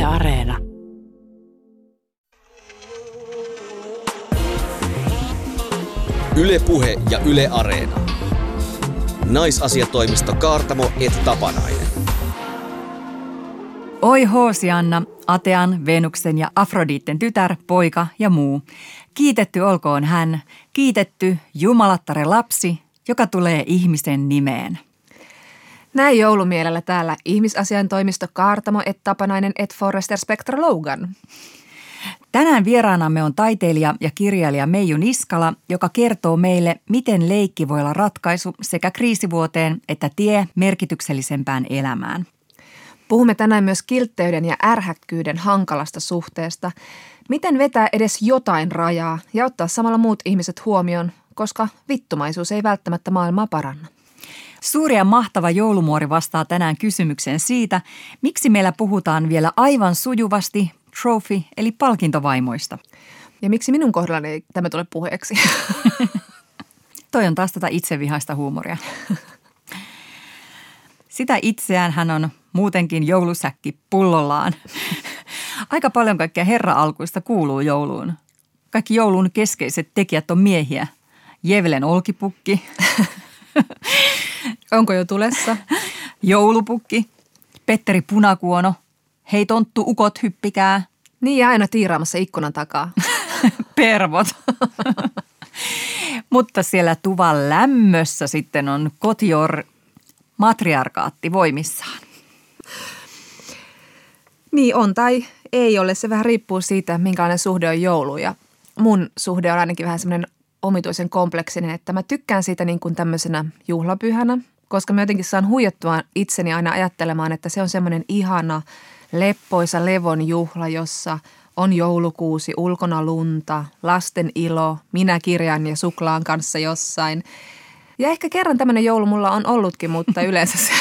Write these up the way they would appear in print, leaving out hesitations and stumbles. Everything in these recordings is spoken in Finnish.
Areena. Yle Puhe ja Yle Areena. Naisasiatoimisto Kaartamo et Tapanainen. Oi Hoosianna, Atean, Venuksen ja Afroditten tytär, poika ja muu. Kiitetty olkoon hän, kiitetty jumalattare lapsi, joka tulee ihmisen nimeen. Näin joulumielellä täällä ihmisasiantoimisto Kaartamo et Tapanainen et Forrester Spectra Logan. Tänään vieraanamme on taiteilija ja kirjailija Meiju Niskala, joka kertoo meille, miten leikki voi olla ratkaisu sekä kriisivuoteen että tie merkityksellisempään elämään. Puhumme tänään myös kiltteyden ja ärhäkkyyden hankalasta suhteesta. Miten vetää edes jotain rajaa ja ottaa samalla muut ihmiset huomioon, koska vittumaisuus ei välttämättä maailmaa paranna. Suuri ja mahtava joulumuori vastaa tänään kysymykseen siitä, miksi meillä puhutaan vielä aivan sujuvasti trophy- eli palkintovaimoista. Ja miksi minun kohdallani ei tämä tule puheeksi? Toi on taas tätä itsevihaista huumoria. Sitä itseään hän on muutenkin joulusäkki pullollaan. Aika paljon kaikkea herra-alkuista kuuluu jouluun. Kaikki joulun keskeiset tekijät on miehiä. Jevelen olkipukki. Onko jo tulessa? Joulupukki. Petteri Punakuono. Hei tonttu, ukot hyppikää. Niin ja aina tiiraamassa ikkunan takaa. Pervot. Mutta siellä tuvan lämmössä sitten on kotior matriarkaatti voimissaan. Niin on tai ei ole. Se vähän riippuu siitä, minkälainen suhde on joulu. Ja mun suhde on ainakin vähän semmoinen omituisen kompleksinen, että mä tykkään siitä niin kuin tämmöisenä juhlapyhänä, koska mä jotenkin saan huijattua itseni aina ajattelemaan, että se on semmoinen ihana, leppoisa levon juhla, jossa on joulukuusi, ulkona lunta, lasten ilo, minä kirjan ja suklaan kanssa jossain. Ja ehkä kerran tämmöinen joulu mulla on ollutkin, mutta yleensä se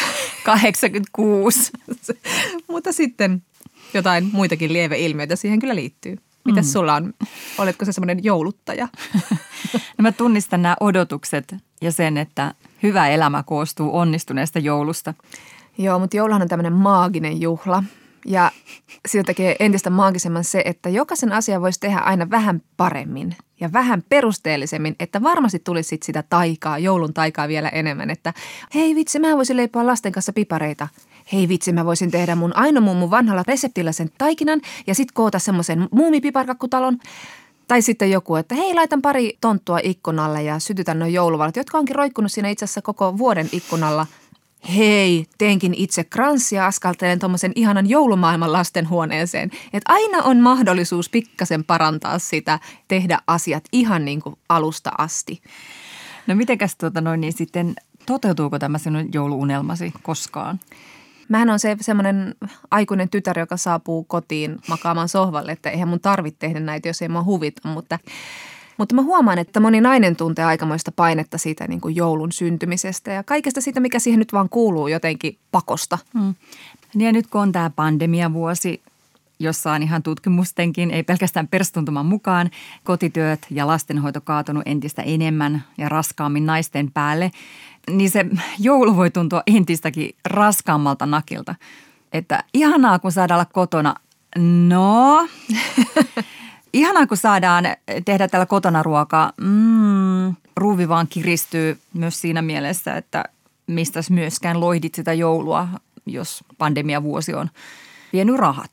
86. Mutta sitten jotain muitakin lieveilmiöitä siihen kyllä liittyy. Mitäs sulla on? Oletko se semmoinen jouluttaja? No mä tunnistan nämä odotukset ja sen, että hyvä elämä koostuu onnistuneesta joulusta. Joo, mutta jouluhan on tämmöinen maaginen juhla. Ja siitä tekee entistä maagisemman se, että jokaisen asian voisi tehdä aina vähän paremmin ja vähän perusteellisemmin, että varmasti tulisi sit sitä taikaa, joulun taikaa vielä enemmän, että hei vitsi, mä voisin leipoa lasten kanssa pipareita. Hei vitsi, mä voisin tehdä mun ainomuun vanhalla reseptillä sen taikinan ja sit koota semmoisen muumipiparkakkutalon. Tai sitten joku, että hei, laitan pari tonttua ikkunalle ja sytytän nuo jouluvalot, jotka onkin roikkunut siinä itse asiassa koko vuoden ikkunalla. Hei, teenkin itse kranssia, askaltelen tuommoisen ihanan joulumaailman lastenhuoneeseen. Että aina on mahdollisuus pikkasen parantaa sitä, tehdä asiat ihan niin kuin alusta asti. No mitenkäs niin sitten, toteutuuko tämä sinun jouluunelmasi koskaan? Mähän on semmoinen aikuinen tytär, joka saapuu kotiin makaamaan sohvalle, että eihän mun tarvitse tehdä näitä, jos ei mua huvita, Mutta mä huomaan, että moni nainen tuntee aikamoista painetta siitä niin kuin joulun syntymisestä ja kaikesta siitä, mikä siihen nyt vaan kuuluu jotenkin pakosta. Ja nyt kun on tämä pandemiavuosi, jossa on ihan tutkimustenkin, ei pelkästään perstuntuman mukaan, kotityöt ja lastenhoito kaatunut entistä enemmän ja raskaammin naisten päälle, niin se joulu voi tuntua entistäkin raskaammalta nakilta. Että ihanaa, kun saadaan olla kotona. No... Ihanaa, kun saadaan tehdä täällä kotona ruokaa. Ruuvi vaan kiristyy myös siinä mielessä, että mistäs myöskään loihdit sitä joulua, jos pandemiavuosi on vienyt rahat.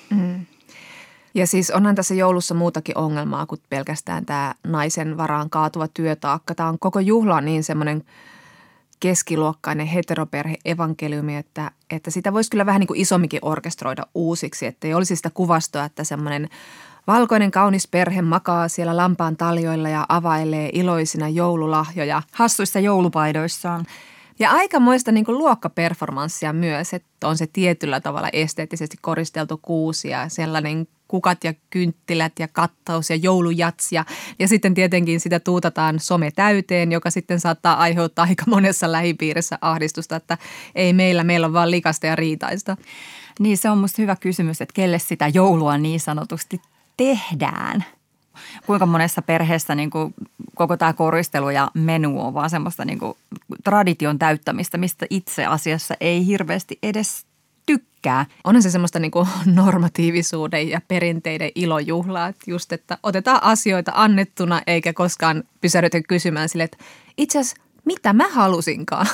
Ja siis onhan tässä joulussa muutakin ongelmaa kuin pelkästään tämä naisen varaan kaatuva työtaakka. Tämä on koko juhla niin semmoinen keskiluokkainen heteroperhe-evankeliumi, että sitä voisi kyllä vähän niin kuin isomminkin orkestroida uusiksi, että ei olisi sitä kuvastoa, että semmoinen valkoinen kaunis perhe makaa siellä lampaan taljoilla ja availee iloisina joululahjoja Hassuissa joulupaidoissaan. Ja aikamoista niin kuin luokkaperformanssia myös, että on se tietyllä tavalla esteettisesti koristeltu kuusi ja sellainen kukat ja kynttilät ja kattaus ja joulujats ja sitten tietenkin sitä tuutataan some täyteen, joka sitten saattaa aiheuttaa aika monessa lähipiirissä ahdistusta, että ei meillä on vaan likasta ja riitaista. Niin se on musta hyvä kysymys, että kelle sitä joulua niin sanotusti tehdään. Kuinka monessa perheessä niin kuin koko tämä koristelu ja menu on vaan semmoista niin kuin tradition täyttämistä, mistä itse asiassa ei hirveästi edes tykkää. tykkää. Onhan se semmoista niin kuin normatiivisuuden ja perinteiden ilojuhlaa, että just, että otetaan asioita annettuna eikä koskaan pysähdytä kysymään sille, että itse asiassa mitä mä halusinkaan?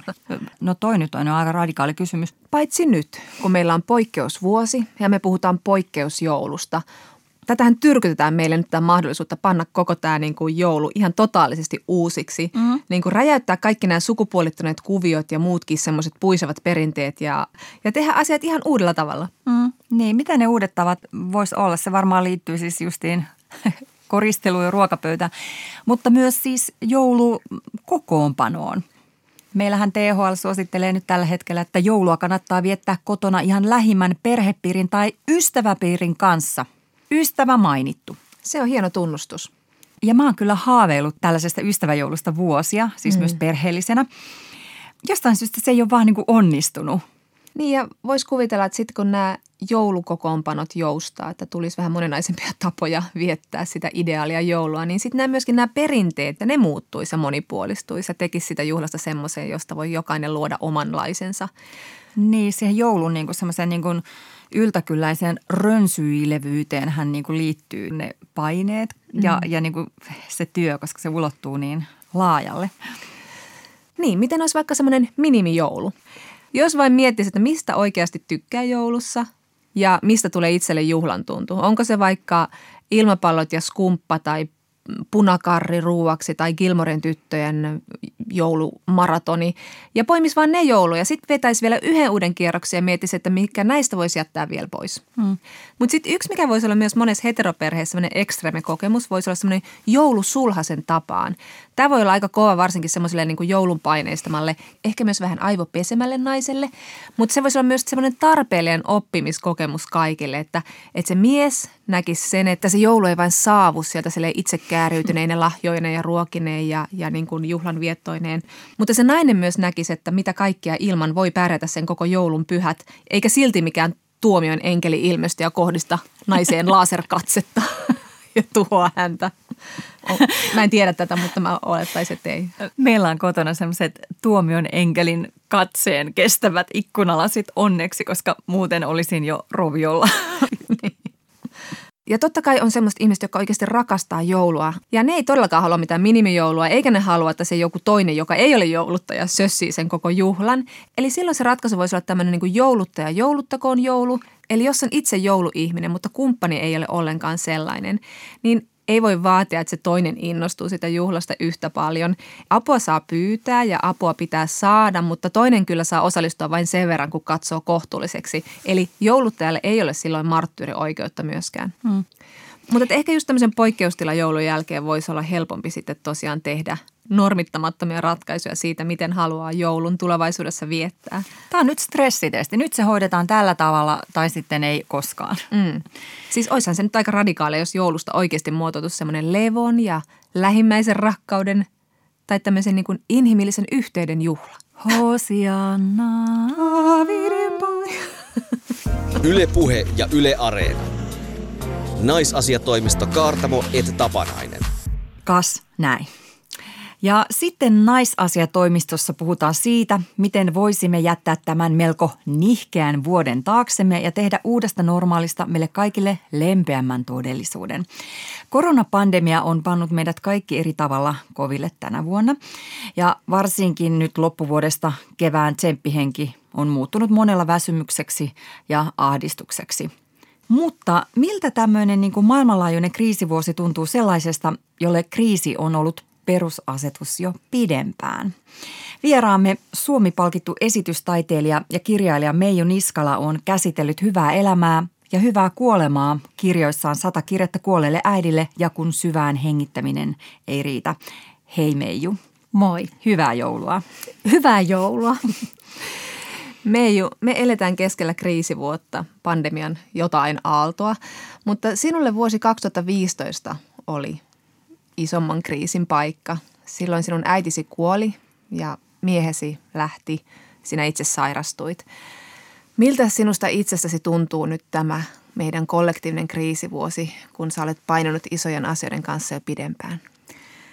No toi nyt on aika radikaali kysymys. Paitsi nyt, kun meillä on poikkeusvuosi ja me puhutaan poikkeusjoulusta. Tätähän tyrkytetään meille nyt tämä mahdollisuutta panna koko tämä niin kuin joulu ihan totaalisesti uusiksi. Niin kuin räjäyttää kaikki nämä sukupuolittuneet kuviot ja muutkin semmoiset puisevat perinteet ja tehdä asiat ihan uudella tavalla. Niin, mitä ne uudet tavat vois olla? Se varmaan liittyy siis justiin koristeluun ja ruokapöytään, mutta myös siis joulukokoonpanoon. Meillähän THL suosittelee nyt tällä hetkellä, että joulua kannattaa viettää kotona ihan lähimmän perhepiirin tai ystäväpiirin kanssa. Ystävä mainittu. Se on hieno tunnustus. Ja mä oon kyllä haaveillut tällaisesta ystäväjoulusta vuosia, siis myös perheellisenä. Jostain syystä se ei ole vaan niin kuin onnistunut. Niin ja voisi kuvitella, että sitten kun nämä joulukokoonpanot joustaa, että tulisi vähän moninaisempia tapoja viettää sitä ideaalia joulua, niin sitten myöskin nämä perinteet, ne muuttuisi ja monipuolistuisi ja tekisi sitä juhlasta semmoiseen, josta voi jokainen luoda omanlaisensa. Niin, siihen joulun niin kuin semmoiseen niin kuin yltäkylläiseen rönsyilevyyteen hän niin kuin liittyy ne paineet ja niin kuin se työ, koska se ulottuu niin laajalle. Niin, miten olisi vaikka semmoinen minimijoulu? Jos vain miettisi, että mistä oikeasti tykkää joulussa ja mistä tulee itselle juhlan tuntu. Onko se vaikka ilmapallot ja skumppa tai punakarri ruuaksi tai Gilmoren tyttöjen joulumaratoni ja poimisi vaan ne jouluja ja sitten vetäisi vielä yhden uuden kierroksen ja miettisi, että mikä näistä voisi jättää vielä pois. Mutta sitten yksi, mikä voisi olla myös monessa heteroperheessä semmoinen ekstreme kokemus, voisi olla semmoinen joulusulhasen tapaan. Tämä voi olla aika kova varsinkin semmoiselle niin kuin joulun paineistamalle, ehkä myös vähän aivopesemälle naiselle, mutta se voisi olla myös semmoinen tarpeellinen oppimiskokemus kaikille, että se mies näkisi sen, että se joulu ei vain saavu sieltä itse kääriytyneineen lahjoineen ja ruokineen ja niin kuin juhlan viettoineen. Mutta se nainen myös näkisi, että mitä kaikkia ilman voi pärjätä sen koko joulun pyhät, eikä silti mikään tuomion enkeli ilmesty ja kohdista naiseen laserkatsetta ja tuhoa häntä. Mä en tiedä tätä, mutta mä olettaisin, että ei. Meillä on kotona sellaiset tuomion enkelin katseen kestävät ikkunalasit onneksi, koska muuten olisin jo roviolla. Ja totta kai on semmoista ihmistä, jotka oikeasti rakastaa joulua. Ja ne ei todellakaan halua mitään minimijoulua, eikä ne halua, että se joku toinen, joka ei ole jouluttaja, sössii sen koko juhlan. Eli silloin se ratkaisu voisi olla tämmöinen niin kuin jouluttaja jouluttakoon joulu. Eli jos on itse jouluihminen, mutta kumppani ei ole ollenkaan sellainen, niin ei voi vaatia, että se toinen innostuu sitä juhlasta yhtä paljon. Apua saa pyytää ja apua pitää saada, mutta toinen kyllä saa osallistua vain sen verran, kun katsoo kohtuulliseksi. Eli jouluttajalle ei ole silloin marttyyrioikeutta myöskään. Mutta ehkä just tämmöisen poikkeustilan joulun jälkeen voisi olla helpompi sitten tosiaan tehdä normittamattomia ratkaisuja siitä, miten haluaa joulun tulevaisuudessa viettää. Tämä on nyt stressitesti. Nyt se hoidetaan tällä tavalla tai sitten ei koskaan. Siis oishan se nyt aika radikaali, jos joulusta oikeasti muotoutuisi semmoinen levon ja lähimmäisen rakkauden tai tämmöisen niin kuin inhimillisen yhteyden juhla. Hosianna. Yle Puhe ja Yle Areena. Naisasiatoimisto Kaartamo et Tapanainen. Kas näin. Ja sitten naisasiatoimistossa puhutaan siitä, miten voisimme jättää tämän melko nihkeän vuoden taaksemme ja tehdä uudesta normaalista meille kaikille lempeämmän todellisuuden. Koronapandemia on pannut meidät kaikki eri tavalla koville tänä vuonna ja varsinkin nyt loppuvuodesta kevään tsemppihenki on muuttunut monella väsymykseksi ja ahdistukseksi. Mutta miltä tämmöinen niin kuin maailmanlaajuinen kriisivuosi tuntuu sellaisesta, jolle kriisi on ollut perusasetus jo pidempään? Vieraamme Suomi-palkittu esitystaiteilija ja kirjailija Meiju Niskala on käsitellyt hyvää elämää ja hyvää kuolemaa kirjoissaan 100 kirjettä kuolleelle äidille ja kun syvään hengittäminen ei riitä. Hei Meiju. Moi. Hyvää joulua. Hyvää joulua. Meiju, me eletään keskellä kriisivuotta, pandemian jotain aaltoa, mutta sinulle vuosi 2015 oli isomman kriisin paikka. Silloin sinun äitisi kuoli ja miehesi lähti, sinä itse sairastuit. Miltä sinusta itsestäsi tuntuu nyt tämä meidän kollektiivinen kriisivuosi, kun sä olet painanut isojen asioiden kanssa jo pidempään?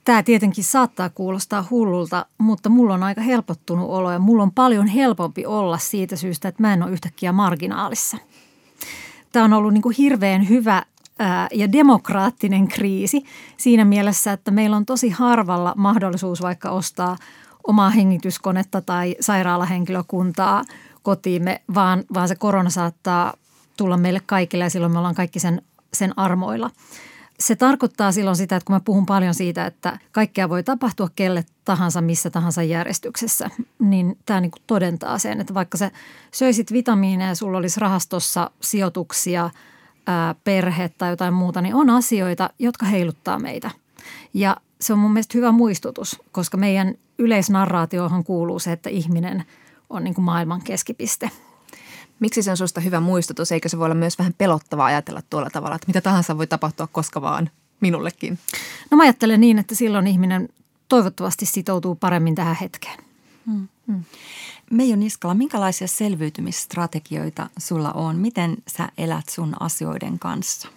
Tämä tietenkin saattaa kuulostaa hullulta, mutta mulla on aika helpottunut olo ja mulla on paljon helpompi olla siitä syystä, että mä en ole yhtäkkiä marginaalissa. Tämä on ollut niin kuin hirveän hyvä ja demokraattinen kriisi siinä mielessä, että meillä on tosi harvalla mahdollisuus vaikka ostaa omaa hengityskonetta tai sairaalahenkilökuntaa kotiimme, vaan se korona saattaa tulla meille kaikille ja silloin me ollaan kaikki sen armoilla. Se tarkoittaa silloin sitä, että kun mä puhun paljon siitä, että kaikkea voi tapahtua kelle tahansa, missä tahansa järjestyksessä, niin tämä niin kuin todentaa sen, että vaikka sä söisit vitamiineja ja sulla olisi rahastossa sijoituksia, perhe tai jotain muuta, niin on asioita, jotka heiluttaa meitä. Ja se on mun mielestä hyvä muistutus, koska meidän yleisnarraatiohan kuuluu se, että ihminen on niin kuin maailman keskipiste. Miksi se on susta hyvä muistutus? Eikö se voi olla myös vähän pelottavaa ajatella tuolla tavalla, että mitä tahansa voi tapahtua koska vaan minullekin? No mä ajattelen niin, että silloin ihminen toivottavasti sitoutuu paremmin tähän hetkeen. Meijo Niskala, minkälaisia selviytymisstrategioita sulla on? Miten sä elät sun asioiden kanssa?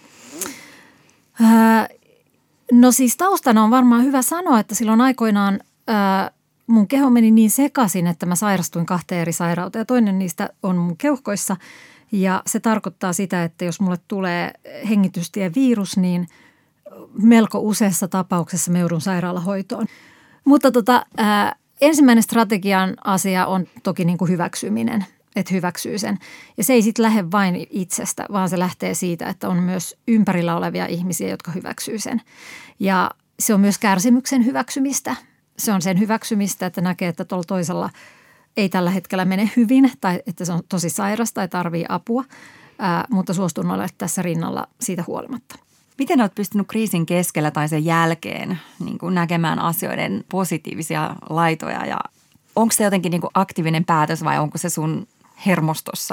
No siis taustana on varmaan hyvä sanoa, että silloin aikoinaan mun keho meni niin sekaisin, että mä sairastuin 2 eri sairauteen. Toinen niistä on mun keuhkoissa ja se tarkoittaa sitä, että jos mulle tulee hengitystievirus, niin melko useassa tapauksessa mä joudun sairaalahoitoon. Mutta ensimmäinen strategian asia on toki niin kuin hyväksyminen, että hyväksyy sen. Ja se ei sitten lähde vain itsestä, vaan se lähtee siitä, että on myös ympärillä olevia ihmisiä, jotka hyväksyy sen. Ja se on myös kärsimyksen hyväksymistä. Se on sen hyväksymistä, että näkee, että tuolla toisella ei tällä hetkellä mene hyvin tai että se on tosi sairas tai tarvii apua, mutta suostun olemaan tässä rinnalla siitä huolimatta. Miten olet pystynyt kriisin keskellä tai sen jälkeen niin kuin näkemään asioiden positiivisia laitoja ja onko se jotenkin niin kuin aktiivinen päätös vai onko se sun hermostossa?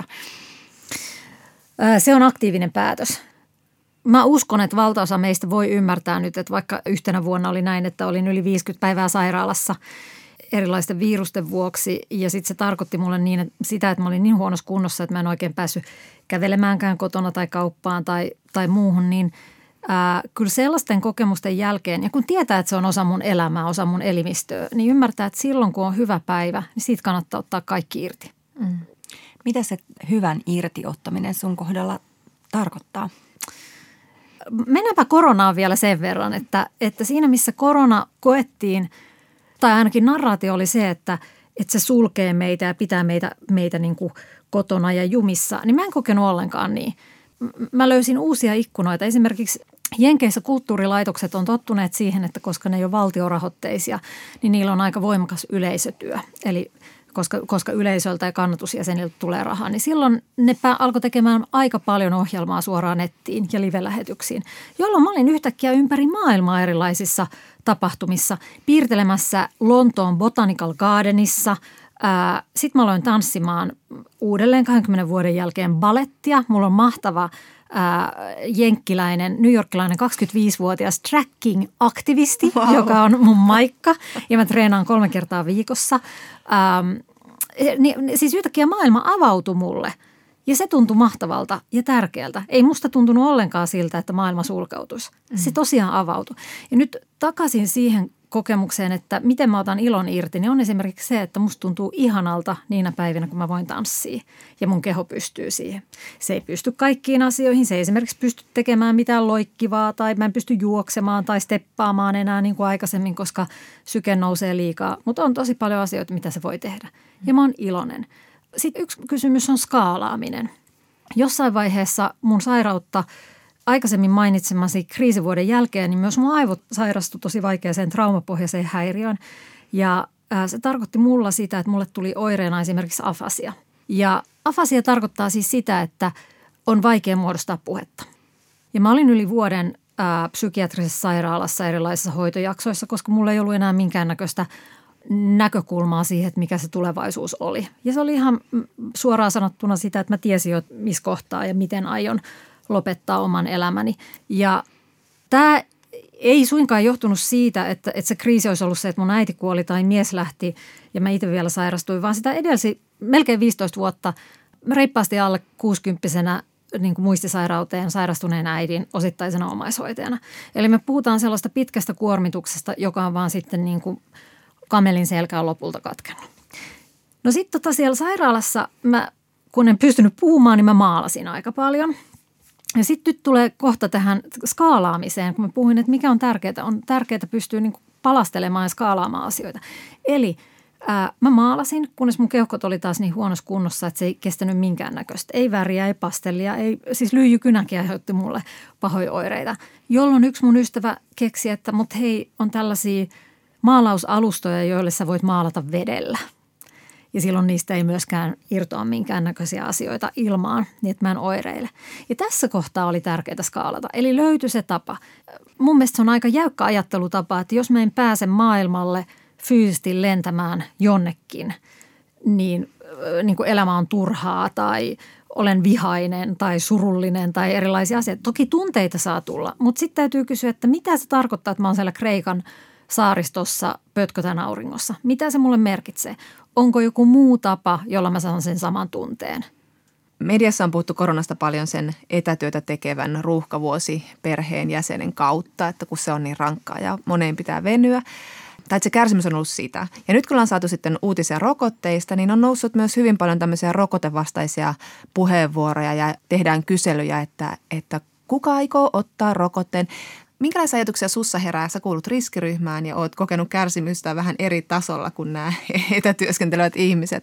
Se on aktiivinen päätös. Mä uskon, että valtaosa meistä voi ymmärtää nyt, että vaikka yhtenä vuonna oli näin, että olin yli 50 päivää sairaalassa erilaisten virusten vuoksi ja sitten se tarkoitti mulle sitä, että mä olin niin huonossa kunnossa, että mä en oikein päässyt kävelemäänkään kotona tai kauppaan tai muuhun, niin kyllä sellaisten kokemusten jälkeen, ja kun tietää, että se on osa mun elämää, osa mun elimistöä, niin ymmärtää, että silloin kun on hyvä päivä, niin siitä kannattaa ottaa kaikki irti. Mitä se hyvän irtiottaminen sun kohdalla tarkoittaa? Mennäänpä koronaan vielä sen verran, että siinä missä korona koettiin, tai ainakin narraatio oli se, että se sulkee meitä ja pitää meitä niin kuin kotona ja jumissa, niin mä en kokenut ollenkaan niin. Mä löysin uusia ikkunoita. Esimerkiksi Jenkeissä kulttuurilaitokset on tottuneet siihen, että koska ne ei ole valtiorahoitteisia, niin niillä on aika voimakas yleisötyö. Eli koska yleisöltä ja kannatusjäseniltä tulee rahaa, niin silloin ne alkoi tekemään aika paljon ohjelmaa suoraan nettiin ja live-lähetyksiin, jolloin mä olin yhtäkkiä ympäri maailmaa erilaisissa tapahtumissa, piirtelemässä Lontoon Botanical Gardenissa. Sitten mä aloin tanssimaan uudelleen 20 vuoden jälkeen balettia. Mulla on mahtava jenkkiläinen, newyorkilainen 25-vuotias tracking-aktivisti, joka on mun maikka. Ja mä treenaan 3 kertaa viikossa. Siis yhtäkkiä maailma avautui mulle. Ja se tuntui mahtavalta ja tärkeältä. Ei musta tuntunut ollenkaan siltä, että maailma sulkeutuisi. Se tosiaan avautui. Ja nyt takaisin siihen kokemukseen, että miten mä otan ilon irti, niin on esimerkiksi se, että musta tuntuu ihanalta niinä päivinä, kun mä voin tanssia ja mun keho pystyy siihen. Se ei pysty kaikkiin asioihin, se ei esimerkiksi pysty tekemään mitään loikkivaa tai mä en pysty juoksemaan tai steppaamaan enää niin kuin aikaisemmin, koska syke nousee liikaa. Mutta on tosi paljon asioita, mitä se voi tehdä ja mä oon iloinen. Sitten yksi kysymys on skaalaaminen. Jossain vaiheessa mun sairautta aikaisemmin mainitsemasi kriisivuoden jälkeen, niin myös mun aivot sairastui tosi vaikeaseen traumapohjaiseen häiriöön. Ja se tarkoitti mulla sitä, että mulle tuli oireena esimerkiksi afasia. Ja afasia tarkoittaa siis sitä, että on vaikea muodostaa puhetta. Ja mä olin yli vuoden psykiatrisessa sairaalassa erilaisissa hoitojaksoissa, koska mulla ei ollut enää minkäännäköistä näkökulmaa siihen, että mikä se tulevaisuus oli. Ja se oli ihan suoraan sanottuna sitä, että mä tiesin jo missä kohtaa ja miten aion lopettaa oman elämäni. Ja tämä ei suinkaan johtunut siitä, että se kriisi olisi ollut se, että mun äiti kuoli tai mies lähti ja mä itse vielä sairastuin, vaan sitä edelsi melkein 15 vuotta reippaasti alle 60-vuotiaana niin kuin muistisairauteen sairastuneen äidin osittaisena omaishoitajana. Eli me puhutaan sellaista pitkästä kuormituksesta, joka on vaan sitten niin kuin kamelin selkä on lopulta katkennut. No sitten siellä sairaalassa kun en pystynyt puhumaan, niin mä maalasin aika paljon. Ja sitten nyt tulee kohta tähän skaalaamiseen, kun mä puhuin, että mikä on tärkeää. On tärkeää pystyä niin kuin palastelemaan ja skaalaamaan asioita. Eli mä maalasin, kunnes mun keuhkot oli taas niin huonossa kunnossa, että se ei kestänyt minkäännäköistä. Ei väriä, ei pastellia, siis lyijykynäkin aiheutti mulle pahoja oireita. Jolloin yksi mun ystävä keksi, että mut hei, on tällaisia maalausalustoja, joille sä voit maalata vedellä. Ja silloin niistä ei myöskään irtoa minkäännäköisiä asioita ilmaan, niin että mä en oireile. Ja tässä kohtaa oli tärkeää skaalata. Eli löytyi se tapa. Mun mielestä se on aika jäykkä ajattelutapa, että jos mä en pääse maailmalle fyysisesti lentämään jonnekin, niin kuin elämä on turhaa tai olen vihainen tai surullinen tai erilaisia asioita. Toki tunteita saa tulla, mutta sitten täytyy kysyä, että mitä se tarkoittaa, että mä oon siellä Kreikan saaristossa pötkötän auringossa. Mitä se mulle merkitsee? Onko joku muu tapa, jolla mä saan sen saman tunteen? Mediassa on puhuttu koronasta paljon sen etätyötä tekevän ruuhkavuosi perheen jäsenen kautta, että kun se on niin rankkaa ja moneen pitää venyä. Tai että se kärsimys on ollut sitä. Ja nyt kun ollaan saatu sitten uutisia rokotteista, niin on noussut myös hyvin paljon tämmöisiä rokotevastaisia puheenvuoroja ja tehdään kyselyjä, että kuka aikoo ottaa rokotteen. Minkälaisia ajatuksia sussa herää? Sä kuulut riskiryhmään ja oot kokenut kärsimystä vähän eri tasolla kuin nämä etätyöskentelevät ihmiset.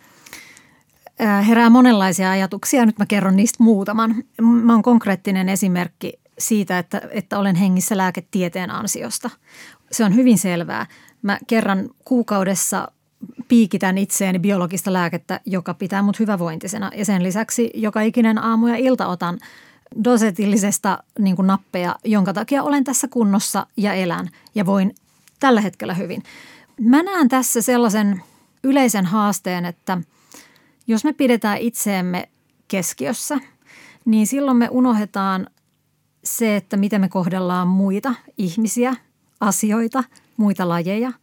Herää monenlaisia ajatuksia. Nyt mä kerron niistä muutaman. Mä oon konkreettinen esimerkki siitä, että olen hengissä lääketieteen ansiosta. Se on hyvin selvää. Mä kerran kuukaudessa piikitän itseäni biologista lääkettä, joka pitää mut hyvävointisena. Ja sen lisäksi joka ikinen aamu ja ilta otan dosetillisesta niin kuin nappeja, jonka takia olen tässä kunnossa ja elän ja voin tällä hetkellä hyvin. Mä näen tässä sellaisen yleisen haasteen, että jos me pidetään itseemme keskiössä, niin silloin me unohdetaan se, että miten me kohdellaan muita ihmisiä, asioita, muita lajeja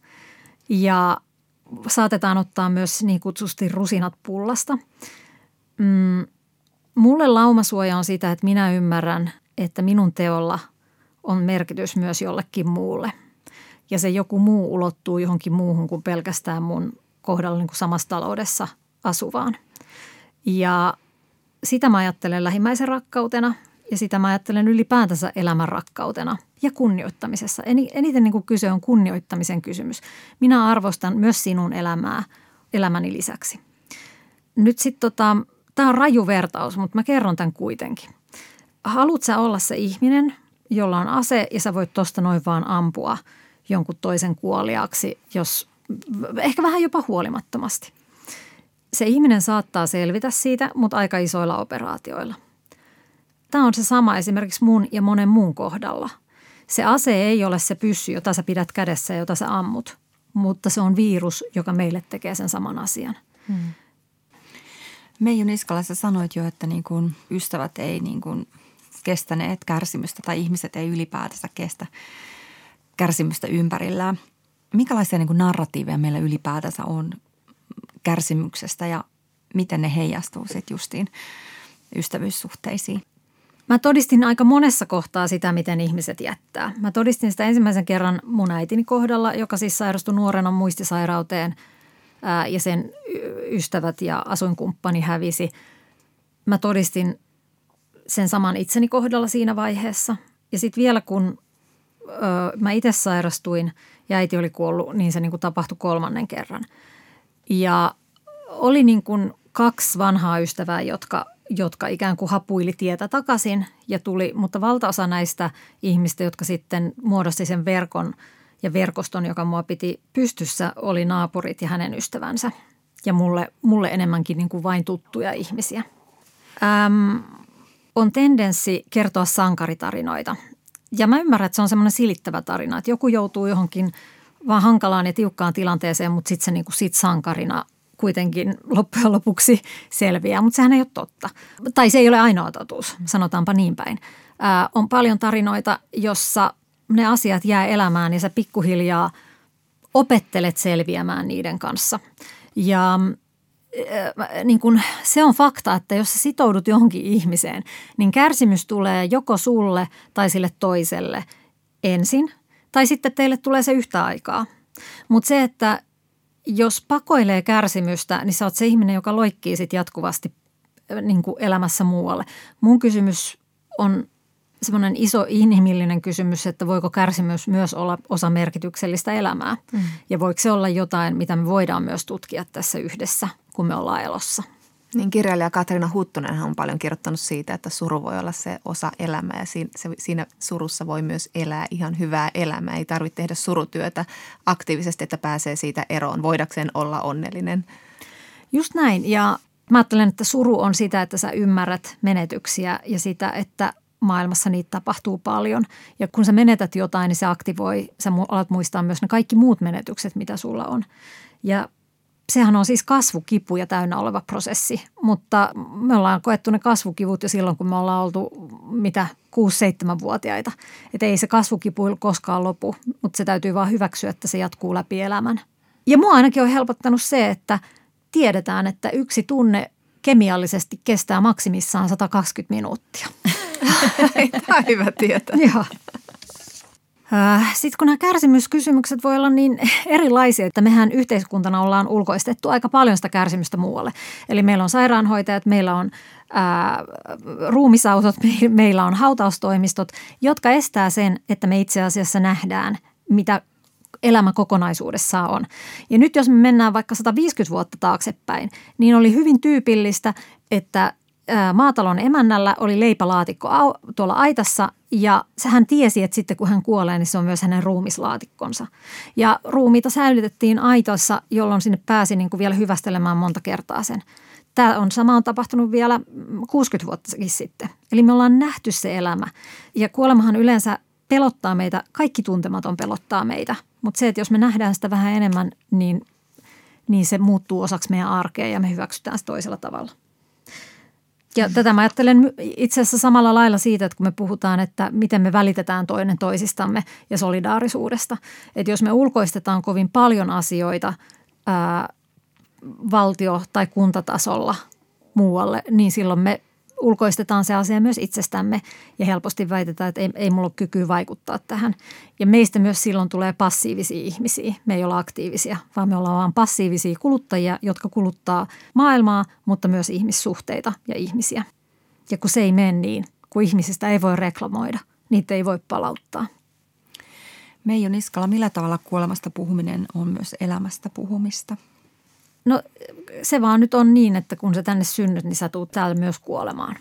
ja saatetaan ottaa myös niin kutsusti rusinat pullasta. Mulle laumasuoja on sitä, että minä ymmärrän, että minun teolla on merkitys myös jollekin muulle. Ja se joku muu ulottuu johonkin muuhun kuin pelkästään mun kohdalla niin kuin samassa taloudessa asuvaan. Ja sitä mä ajattelen lähimmäisen rakkautena ja sitä mä ajattelen ylipäätänsä elämän rakkautena ja kunnioittamisessa. Eniten niin kuin kyse on kunnioittamisen kysymys. Minä arvostan myös sinun elämäni lisäksi. Nyt sitten tämä on raju vertaus, mutta mä kerron tämän kuitenkin. Haluatko sä olla se ihminen, jolla on ase ja sä voit tosta noin vaan ampua jonkun toisen kuoliaaksi, jos ehkä vähän jopa huolimattomasti. Se ihminen saattaa selvitä siitä, mutta aika isoilla operaatioilla. Tämä on se sama esimerkiksi mun ja monen muun kohdalla. Se ase ei ole se pyssy, jota sä pidät kädessä ja jota sä ammut, mutta se on virus, joka meille tekee sen saman asian. Meiju Niskala, sä sanoit jo, että niin kuin ystävät ei niin kuin kestäneet kärsimystä tai ihmiset ei ylipäätänsä kestä kärsimystä ympärillään. Minkälaisia niin kuin narratiiveja meillä ylipäätänsä on kärsimyksestä ja miten ne heijastuu sitten justiin ystävyyssuhteisiin? Mä todistin aika monessa kohtaa sitä, miten ihmiset jättää. Mä todistin sitä ensimmäisen kerran mun äitini kohdalla, joka siis sairastui nuorena muistisairauteen ja sen ystävät ja asuinkumppani hävisi. Mä todistin sen saman itseni kohdalla siinä vaiheessa. Ja sitten vielä kun mä itse sairastuin ja äiti oli kuollut, niin se niin kuin tapahtui kolmannen kerran. Ja oli niin kuin 2 vanhaa ystävää, jotka ikään kuin hapuili tietä takaisin ja tuli, mutta valtaosa näistä ihmistä, jotka sitten muodosti sen verkon ja verkoston, joka mua piti pystyssä, oli naapurit ja hänen ystävänsä ja mulle enemmänkin niin kuin vain tuttuja ihmisiä. On tendenssi kertoa sankaritarinoita ja mä ymmärrän, että se on semmoinen silittävä tarina, että joku joutuu johonkin vaan hankalaan ja tiukkaan tilanteeseen, mutta sitten se niin kuin sit sankarina kuitenkin loppujen lopuksi selviää, mutta sehän ei ole totta. Tai se ei ole ainoa totuus, sanotaanpa niin päin. On paljon tarinoita, jossa ne asiat jää elämään ja sä pikkuhiljaa opettelet selviämään niiden kanssa. Ja niin kun, se on fakta, että jos sä sitoudut johonkin ihmiseen, niin kärsimys tulee joko sulle tai sille toiselle ensin, tai sitten teille tulee se yhtä aikaa. Mutta se, että jos pakoilee kärsimystä, niin sä oot se ihminen, joka loikkii sit jatkuvasti niin kuin elämässä muualle. Mun kysymys on semmoinen iso inhimillinen kysymys, että voiko kärsimys myös olla osa merkityksellistä elämää. Ja voiko se olla jotain, mitä me voidaan myös tutkia tässä yhdessä, kun me ollaan elossa. Niin kirjailija Katriina Huttunen on paljon kirjoittanut siitä, että suru voi olla se osa elämää ja siinä surussa voi myös elää ihan hyvää elämää. Ei tarvitse tehdä surutyötä aktiivisesti, että pääsee siitä eroon, voidakseen olla onnellinen. Just näin, ja mä ajattelen, että suru on sitä, että sä ymmärrät menetyksiä ja sitä, että maailmassa niitä tapahtuu paljon. Ja kun sä menetät jotain, niin se aktivoi, sä alat muistaa myös ne kaikki muut menetykset, mitä sulla on. Ja sehän on siis kasvukipuja täynnä oleva prosessi, mutta me ollaan koettu ne kasvukivut jo silloin, kun me ollaan oltu 6-7-vuotiaita. Että ei se kasvukipu koskaan lopu, mutta se täytyy vaan hyväksyä, että se jatkuu läpi elämän. Ja mua ainakin on helpottanut se, että tiedetään, että yksi tunne kemiallisesti kestää maksimissaan 120 minuuttia. Tämä on hyvä tietää. Joo. Sitten kun nämä kärsimyskysymykset voi olla niin erilaisia, että mehän yhteiskuntana ollaan ulkoistettu aika paljon sitä kärsimystä muualle. Eli meillä on sairaanhoitajat, meillä on ruumisautot, meillä on hautaustoimistot, jotka estää sen, että me itse asiassa nähdään, mitä elämä kokonaisuudessaan on. Ja nyt jos me mennään vaikka 150 vuotta taaksepäin, niin oli hyvin tyypillistä, että maatalon emännällä oli leipälaatikko tuolla aitassa ja hän tiesi, että sitten kun hän kuolee, niin se on myös hänen ruumislaatikkonsa. Ja ruumiita säilytettiin aitassa, jolloin sinne pääsi niin kuin vielä hyvästelemään monta kertaa sen. Tämä on tapahtunut vielä 60 vuottakin sitten. Eli me ollaan nähty se elämä ja kuolemahan yleensä pelottaa meitä, kaikki tuntematon pelottaa meitä. Mutta se, että jos me nähdään sitä vähän enemmän, niin se muuttuu osaksi meidän arkea ja me hyväksytään sitä toisella tavalla. Ja tätä mä ajattelen itse asiassa samalla lailla siitä, että kun me puhutaan, että miten me välitetään toinen toisistamme ja solidaarisuudesta. Että jos me ulkoistetaan kovin paljon asioita valtio- tai kuntatasolla muualle, niin silloin me ulkoistetaan se asia myös itsestämme ja helposti väitetään, että ei mulla ole kykyä vaikuttaa tähän. Ja meistä myös silloin tulee passiivisia ihmisiä. Me ei olla aktiivisia, vaan me ollaan vaan passiivisia kuluttajia, jotka kuluttaa maailmaa, mutta myös ihmissuhteita ja ihmisiä. Ja kun se ei mene niin, kun ihmisistä ei voi reklamoida, niitä ei voi palauttaa. Meiju Niskala, millä tavalla kuolemasta puhuminen on myös elämästä puhumista? No se vaan nyt on niin, että kun sä tänne synnyt, niin sä tuut täällä myös kuolemaan.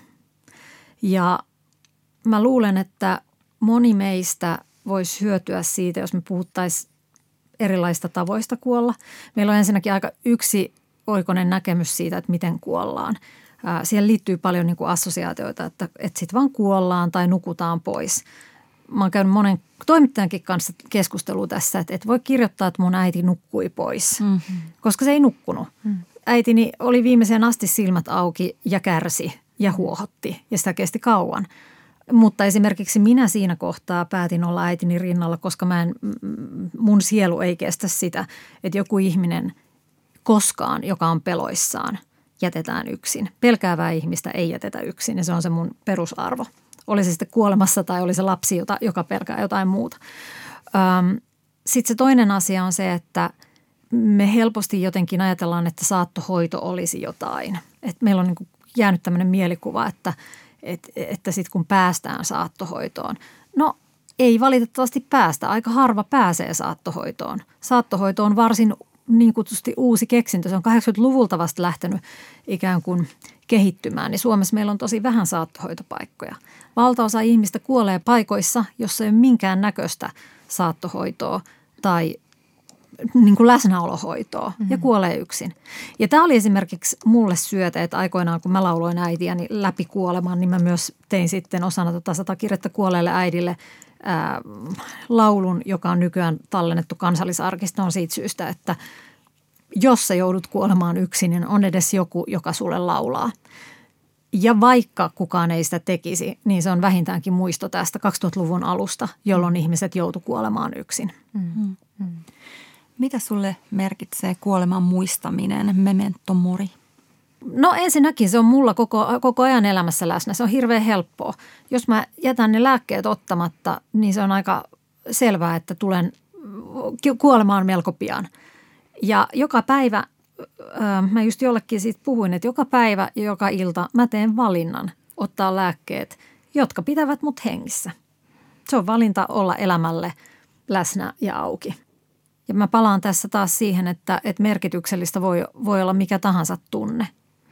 Ja mä luulen, että moni meistä voisi hyötyä siitä, jos me puhuttaisiin erilaista tavoista kuolla. Meillä on ensinnäkin aika yksioikoinen näkemys siitä, että miten kuollaan. Siihen liittyy paljon niin kuin assosiaatioita, että sitten vaan kuollaan tai nukutaan pois. Mä oon käynyt monen toimittajankin kanssa keskustelua tässä, että et voi kirjoittaa, että mun äiti nukkui pois, koska se ei nukkunut. Äitini oli viimeiseen asti silmät auki ja kärsi ja huohotti ja sitä kesti kauan. Mutta esimerkiksi minä siinä kohtaa päätin olla äitini rinnalla, koska mun sielu ei kestä sitä, että joku ihminen koskaan, joka on peloissaan, jätetään yksin. Pelkäävää ihmistä ei jätetä yksin ja se on se mun perusarvo. Oli se sitten kuolemassa tai oli se lapsi, joka pelkää jotain muuta. Sitten se toinen asia on se, että me helposti jotenkin ajatellaan, että saattohoito olisi jotain. Et meillä on niin kuin jäänyt tämmöinen mielikuva, että sitten kun päästään saattohoitoon. No ei valitettavasti päästä. Aika harva pääsee saattohoitoon. Saattohoito on varsin niin kutsusti uusi keksintö. Se on 80-luvulta vasta lähtenyt ikään kuin kehittymään. Niin Suomessa meillä on tosi vähän saattohoitopaikkoja. Valtaosa ihmistä kuolee paikoissa, jossa ei ole minkään näköistä saattohoitoa tai niin kuin läsnäolohoitoa ja kuolee yksin. Ja tämä oli esimerkiksi mulle syöte, että aikoinaan kun mä lauloin äitiäni läpi kuoleman, niin mä myös tein sitten osana 100 kirjettä kuolleelle äidille laulun, joka on nykyään tallennettu Kansallisarkistoon siitä syystä, että jos sä joudut kuolemaan yksin, niin on edes joku, joka sulle laulaa. Ja vaikka kukaan ei sitä tekisi, niin se on vähintäänkin muisto tästä 2000-luvun alusta, jolloin ihmiset joutu kuolemaan yksin. Mitä sulle merkitsee kuoleman muistaminen, memento mori? No ensinnäkin se on mulla koko ajan elämässä läsnä. Se on hirveän helppoa. Jos mä jätän ne lääkkeet ottamatta, niin se on aika selvää, että tulen kuolemaan melko pian. Ja joka päivä, mä just jollekin siitä puhuin, että joka päivä ja joka ilta mä teen valinnan ottaa lääkkeet, jotka pitävät mut hengissä. Se on valinta olla elämälle läsnä ja auki. Ja mä palaan tässä taas siihen, että merkityksellistä voi olla mikä tahansa tunne.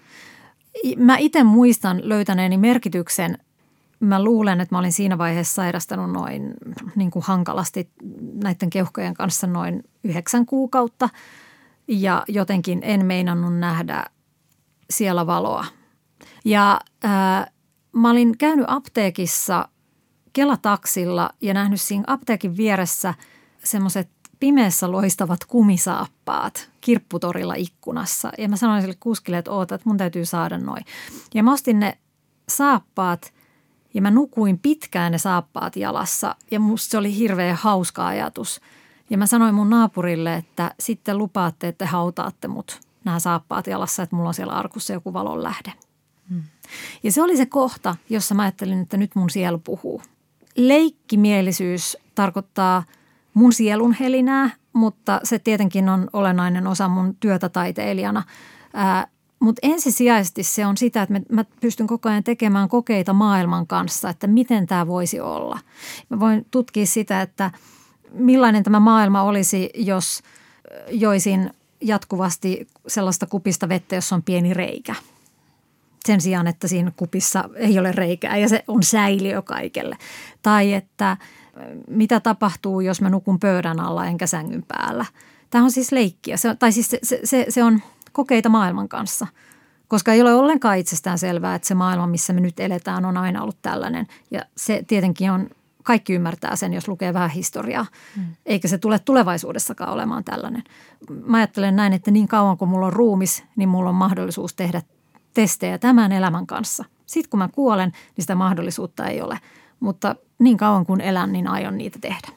Mä itse muistan löytäneeni merkityksen. Mä luulen, että mä olin siinä vaiheessa sairastanut noin niin kuin hankalasti näiden keuhkojen kanssa noin 9 kuukautta. Ja jotenkin en meinannut nähdä siellä valoa. Ja mä olin käynyt apteekissa Kela-taksilla ja nähnyt siinä apteekin vieressä semmoiset pimeässä loistavat kumisaappaat kirpputorilla ikkunassa. Ja mä sanoin sille kuskille, että oota, että mun täytyy saada noi. Ja mä ostin ne saappaat ja mä nukuin pitkään ne saappaat jalassa. Ja musta se oli hirveän hauska ajatus. Ja mä sanoin mun naapurille, että sitten lupaatte, että hautaatte mut nämä saappaat jalassa, että mulla on siellä arkussa joku valon lähde. Ja se oli se kohta, jossa mä ajattelin, että nyt mun sielu puhuu. Leikkimielisyys tarkoittaa mun sielun helinää, mutta se tietenkin on olennainen osa mun työtä taiteilijana. Mutta ensisijaisesti se on sitä, että mä pystyn koko ajan tekemään kokeita maailman kanssa, että miten tämä voisi olla. Mä voin tutkia sitä, että millainen tämä maailma olisi, jos joisin jatkuvasti sellaista kupista vettä, jossa on pieni reikä. Sen sijaan, että siinä kupissa ei ole reikää ja se on säiliö kaikelle. Tai että mitä tapahtuu, jos mä nukun pöydän alla enkä sängyn päällä. Tämä on siis leikkiä, se on kokeita maailman kanssa. Koska ei ole ollenkaan itsestään selvää, että se maailma, missä me nyt eletään, on aina ollut tällainen. Ja se tietenkin on, kaikki ymmärtää sen, jos lukee vähän historiaa. Eikä se tule tulevaisuudessakaan olemaan tällainen. Mä ajattelen näin, että niin kauan kuin mulla on ruumis, niin mulla on mahdollisuus tehdä testejä tämän elämän kanssa. Sitten kun mä kuolen, niin sitä mahdollisuutta ei ole. Mutta niin kauan kuin elän, niin aion niitä tehdä.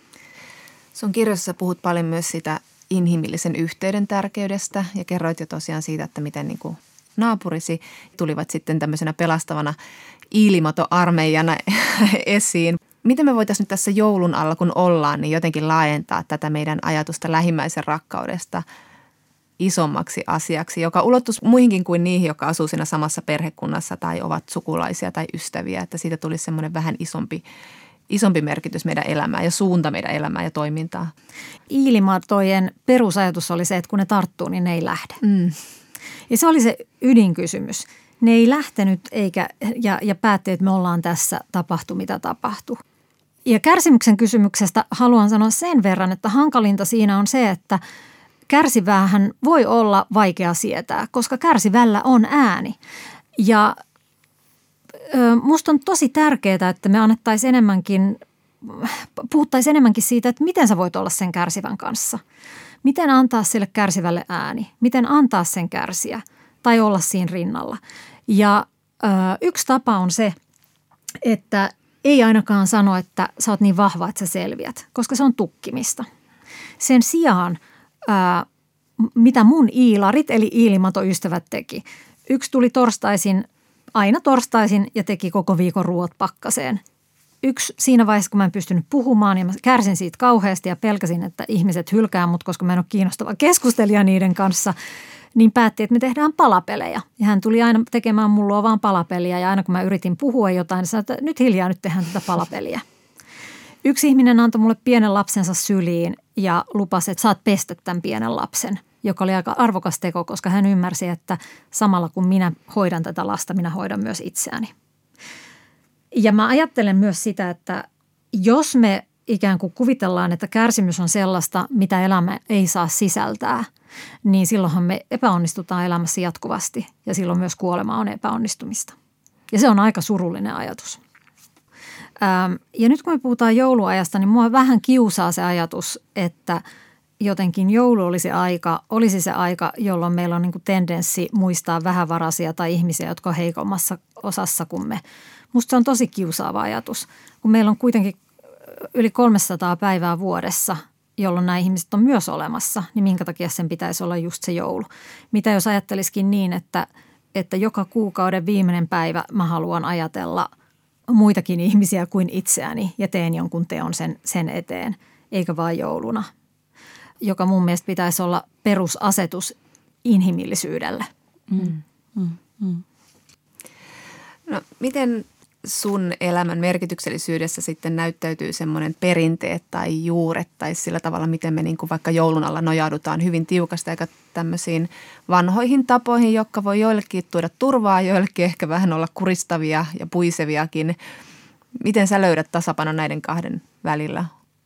Sun kirjassa puhut paljon myös sitä inhimillisen yhteyden tärkeydestä ja kerroit jo tosiaan siitä, että miten niin kuin naapurisi tulivat sitten tämmöisenä pelastavana Iilimato-armeijana esiin. Miten me voitaisiin nyt tässä joulun alla, kun ollaan, niin jotenkin laajentaa tätä meidän ajatusta lähimmäisen rakkaudesta isommaksi asiaksi, joka ulottuisi muihinkin kuin niihin, jotka asuu siinä samassa perhekunnassa tai ovat sukulaisia tai ystäviä, että siitä tulisi semmoinen vähän isompi merkitys meidän elämään ja suunta meidän elämään ja toimintaa. Iilimatojen perusajatus oli se, että kun ne tarttuu, niin ne ei lähde. Ja se oli se ydinkysymys. Ne ei lähtenyt ja päätti, että me ollaan tässä, tapahtu mitä tapahtui. Ja kärsimyksen kysymyksestä haluan sanoa sen verran, että hankalinta siinä on se, että kärsiväähän voi olla vaikea sietää, koska kärsivällä on ääni. Ja musta on tosi tärkeää, että me puhuttaisiin enemmänkin siitä, että miten sä voit olla sen kärsivän kanssa. Miten antaa sille kärsivälle ääni? Miten antaa sen kärsiä tai olla siinä rinnalla? Ja yksi tapa on se, että ei ainakaan sano, että sä oot niin vahva, että sä selviät, koska se on tukkimista. Sen sijaan, mitä mun iilarit eli iilimatoystävät teki. Yksi tuli aina torstaisin ja teki koko viikon ruoat pakkaseen. Yksi siinä vaiheessa, kun mä en pystynyt puhumaan ja mä kärsin siitä kauheasti ja pelkäsin, että ihmiset hylkää mut, koska mä en ole kiinnostava keskustelija niiden kanssa, niin päätti, että me tehdään palapelejä. Ja hän tuli aina tekemään mulle vaan palapeliä ja aina kun mä yritin puhua jotain, niin sanoi, että nyt hiljaa, nyt tehdään tätä palapeliä. Yksi ihminen antoi mulle pienen lapsensa syliin ja lupasi, että saat pestä tämän pienen lapsen, joka oli aika arvokas teko, koska hän ymmärsi, että samalla kun minä hoidan tätä lasta, minä hoidan myös itseäni. Ja mä ajattelen myös sitä, että jos me ikään kuin kuvitellaan, että kärsimys on sellaista, mitä elämä ei saa sisältää, niin silloinhan me epäonnistutaan elämässä jatkuvasti ja silloin myös kuolema on epäonnistumista. Ja se on aika surullinen ajatus. Ja nyt kun me puhutaan jouluajasta, niin mua vähän kiusaa se ajatus, että jotenkin joulu olisi se aika, jolloin meillä on niin kuin tendenssi muistaa vähävaraisia tai ihmisiä, jotka on heikommassa osassa kuin me. Musta se on tosi kiusaava ajatus, kun meillä on kuitenkin yli 300 päivää vuodessa jolloin nämä ihmiset on myös olemassa, niin minkä takia sen pitäisi olla just se joulu. Mitä jos ajattelisikin niin, että joka kuukauden viimeinen päivä mä haluan ajatella muitakin ihmisiä kuin itseäni ja teen jonkun teon sen eteen, eikä vain jouluna, joka mun mielestä pitäisi olla perusasetus inhimillisyydelle. No, miten sun elämän merkityksellisyydessä sitten näyttäytyy semmoinen perinteet tai juuret tai sillä tavalla, miten me niin kuin vaikka joulun alla nojaudutaan hyvin tiukasti aika tämmöisiin vanhoihin tapoihin, jotka voi joillekin tuoda turvaa, joillekin ehkä vähän olla kuristavia ja puiseviakin. Miten sä löydät tasapainon näiden kahden välillä?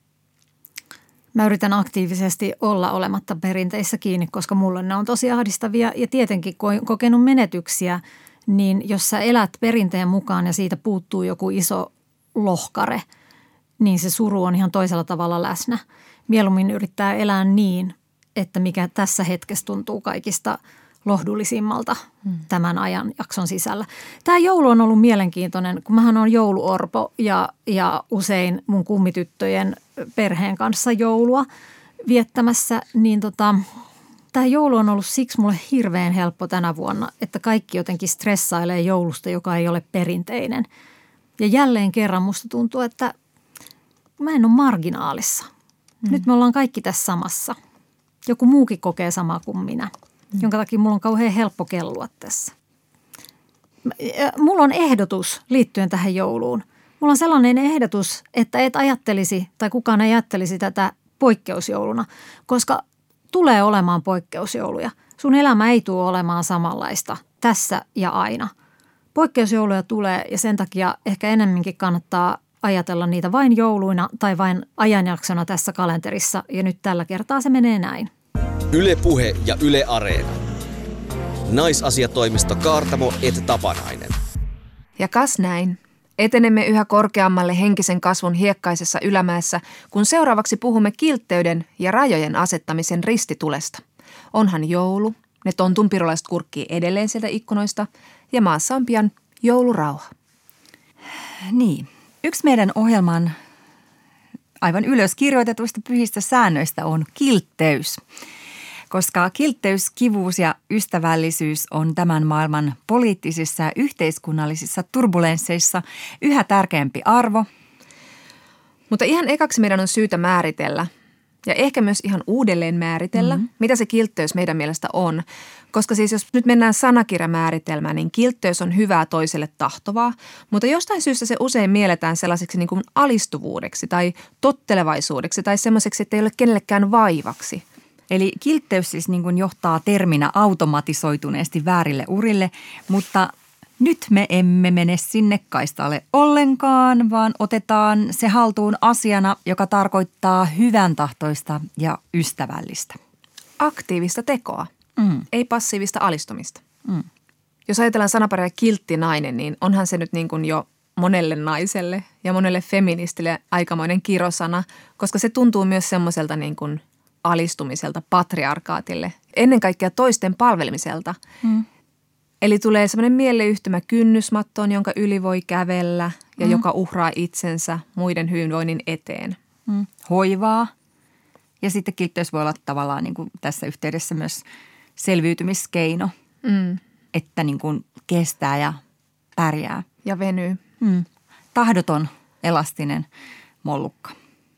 Mä yritän aktiivisesti olla olematta perinteissä kiinni, koska mulle ne on tosi ahdistavia ja tietenkin kokenut menetyksiä, niin jos sä elät perinteen mukaan ja siitä puuttuu joku iso lohkare, niin se suru on ihan toisella tavalla läsnä. Mieluummin yrittää elää niin, että mikä tässä hetkessä tuntuu kaikista lohdullisimmalta tämän ajan jakson sisällä. Tämä joulu on ollut mielenkiintoinen, kun mähän on jouluorpo ja usein mun kummityttöjen perheen kanssa joulua viettämässä, niin tämä joulu on ollut siksi mulle hirveän helppo tänä vuonna, että kaikki jotenkin stressailee joulusta, joka ei ole perinteinen. Ja jälleen kerran musta tuntuu, että mä en ole marginaalissa. Nyt me ollaan kaikki tässä samassa. Joku muukin kokee samaa kuin minä, jonka takia mulla on kauhean helppo kellua tässä. Mulla on ehdotus liittyen tähän jouluun. Mulla on sellainen ehdotus, että et ajattelisi tai kukaan ei ajattelisi tätä poikkeusjouluna, koska tulee olemaan poikkeusjouluja. Sun elämä ei tule olemaan samanlaista tässä ja aina. Poikkeusjouluja tulee ja sen takia ehkä enemmänkin kannattaa ajatella niitä vain jouluina tai vain ajanjaksona tässä kalenterissa. Ja nyt tällä kertaa se menee näin. Yle Puhe ja Yle Areena. Naisasiatoimisto Kaartamo et Tapanainen. Ja kas näin. Etenemme yhä korkeammalle henkisen kasvun hiekkaisessa ylämäessä, kun seuraavaksi puhumme kiltteyden ja rajojen asettamisen ristitulesta. Onhan joulu, ne tontunpirolaiset kurkkii edelleen sieltä ikkunoista ja maassa on pian joulurauha. Niin, yksi meidän ohjelman aivan ylös kirjoitetuista pyhistä säännöistä on kiltteys. Koska kiltteys, kivuus ja ystävällisyys on tämän maailman poliittisissa ja yhteiskunnallisissa turbulensseissa yhä tärkeämpi arvo. Mutta ihan ekaksi meidän on syytä määritellä ja ehkä myös ihan uudelleen määritellä, mitä se kiltteys meidän mielestä on. Koska siis jos nyt mennään sanakirjamääritelmään, niin kiltteys on hyvää toiselle tahtovaa, mutta jostain syystä se usein mielletään sellaiseksi niin kuin alistuvuudeksi tai tottelevaisuudeksi tai semmoiseksi, että ei ole kenellekään vaivaksi. Eli kiltteys siis niin kuin johtaa terminä automatisoituneesti väärille urille, mutta nyt me emme mene sinne kaistalle ollenkaan, vaan otetaan se haltuun asiana, joka tarkoittaa hyvän tahtoista ja ystävällistä. Aktiivista tekoa, ei passiivista alistumista. Jos ajatellaan sanaparia kiltti nainen, niin onhan se nyt niin kuin jo monelle naiselle ja monelle feministille aikamoinen kirosana, koska se tuntuu myös semmoiselta niin kuin alistumiselta patriarkaatille, ennen kaikkea toisten palvelemiselta. Eli tulee semmoinen mieleyhtymä kynnysmattoon, jonka yli voi kävellä ja joka uhraa itsensä muiden hyvinvoinnin eteen. Hoivaa. Ja sitten kiltteys voi olla tavallaan niin kuin tässä yhteydessä myös selviytymiskeino, että niin kuin kestää ja pärjää. Ja venyy. Tahdoton, elastinen mollukka.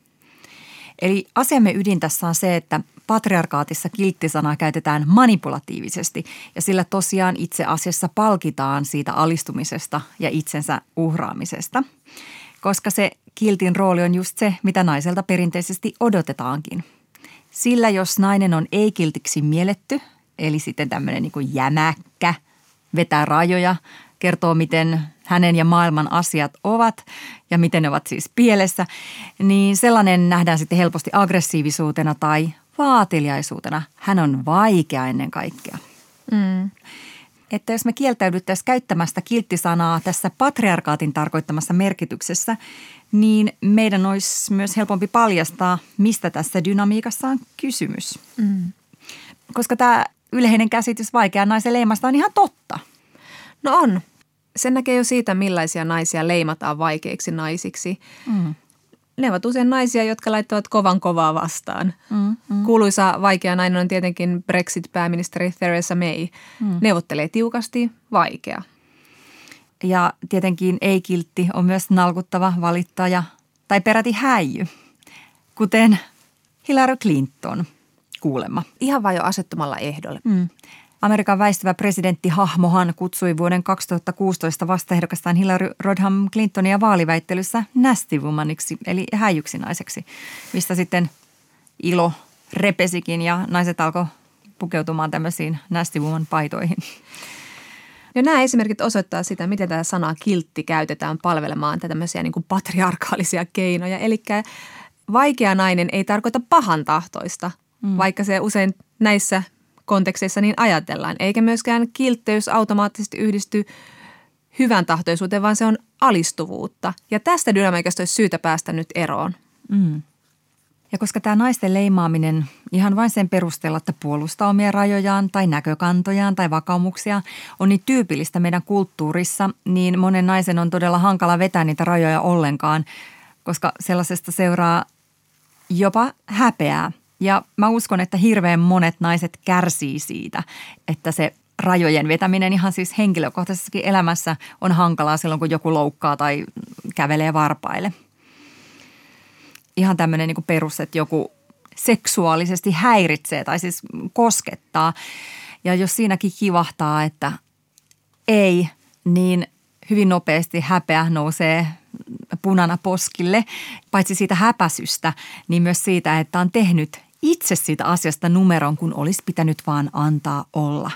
Eli asiamme ydin tässä on se, että patriarkaatissa kilttisanaa käytetään manipulatiivisesti ja sillä tosiaan itse asiassa palkitaan siitä alistumisesta ja itsensä uhraamisesta, koska se kiltin rooli on just se, mitä naiselta perinteisesti odotetaankin. Sillä jos nainen on ei-kiltiksi mielletty, eli sitten tämmöinen niin kuin jämäkkä, vetää rajoja, kertoo miten hänen ja maailman asiat ovat ja miten ne ovat siis pielessä, niin sellainen nähdään sitten helposti aggressiivisuutena tai vaateliaisuutena. Hän on vaikea ennen kaikkea. Että jos me kieltäydyttäisiin käyttämästä kilttisanaa tässä patriarkaatin tarkoittamassa merkityksessä, niin meidän olisi myös helpompi paljastaa, mistä tässä dynamiikassa on kysymys. Koska tämä yleinen käsitys vaikean naisen leimasta on ihan totta. No on. Sen näkee jo siitä, millaisia naisia leimataan vaikeiksi naisiksi. ne ovat usein naisia, jotka laittavat kovan kovaa vastaan. Kuuluisa vaikea nainen on tietenkin Brexit-pääministeri Theresa May. Neuvottelee tiukasti, vaikea. Ja tietenkin ei-kiltti on myös nalkuttava valittaja tai peräti häijy, kuten Hillary Clinton kuulemma. Ihan vain jo asettumalla ehdolle. Amerikan väistyvä presidenttihahmohan kutsui vuoden 2016 vastaehdokastaan Hillary Rodham Clintonia vaaliväittelyssä nasty womaniksi, eli häijyksinaiseksi, mistä sitten ilo repesikin ja naiset alkoi pukeutumaan tämmöisiin nasty woman paitoihin. Ja nämä esimerkit osoittaa sitä, miten tämä sana kiltti käytetään palvelemaan tämmöisiä niin kuin patriarkaalisia keinoja. Eli vaikea nainen ei tarkoita pahantahtoista, vaikka se usein näissä konteksteissa niin ajatellaan. Eikä myöskään kiltteys automaattisesti yhdisty hyvän tahtoisuuteen, vaan se on alistuvuutta. Ja tästä dynamiikasta olisi syytä päästä nyt eroon. Ja koska tämä naisten leimaaminen ihan vain sen perusteella, että puolustaa omia rajojaan tai näkökantojaan tai vakaumuksia on niin tyypillistä meidän kulttuurissa, niin monen naisen on todella hankala vetää niitä rajoja ollenkaan, koska sellaisesta seuraa jopa häpeää. Ja mä uskon, että hirveän monet naiset kärsii siitä, että se rajojen vetäminen ihan siis henkilökohtaisessakin elämässä on hankalaa silloin, kun joku loukkaa tai kävelee varpaille. Ihan tämmöinen niin kuin perus, että joku seksuaalisesti häiritsee tai siis koskettaa. Ja jos siinäkin kivahtaa, että ei, niin hyvin nopeasti häpeä nousee punana poskille. Paitsi siitä häpäsystä, niin myös siitä, että on tehnyt itse siitä asiasta numeron, kun olisi pitänyt vaan antaa olla.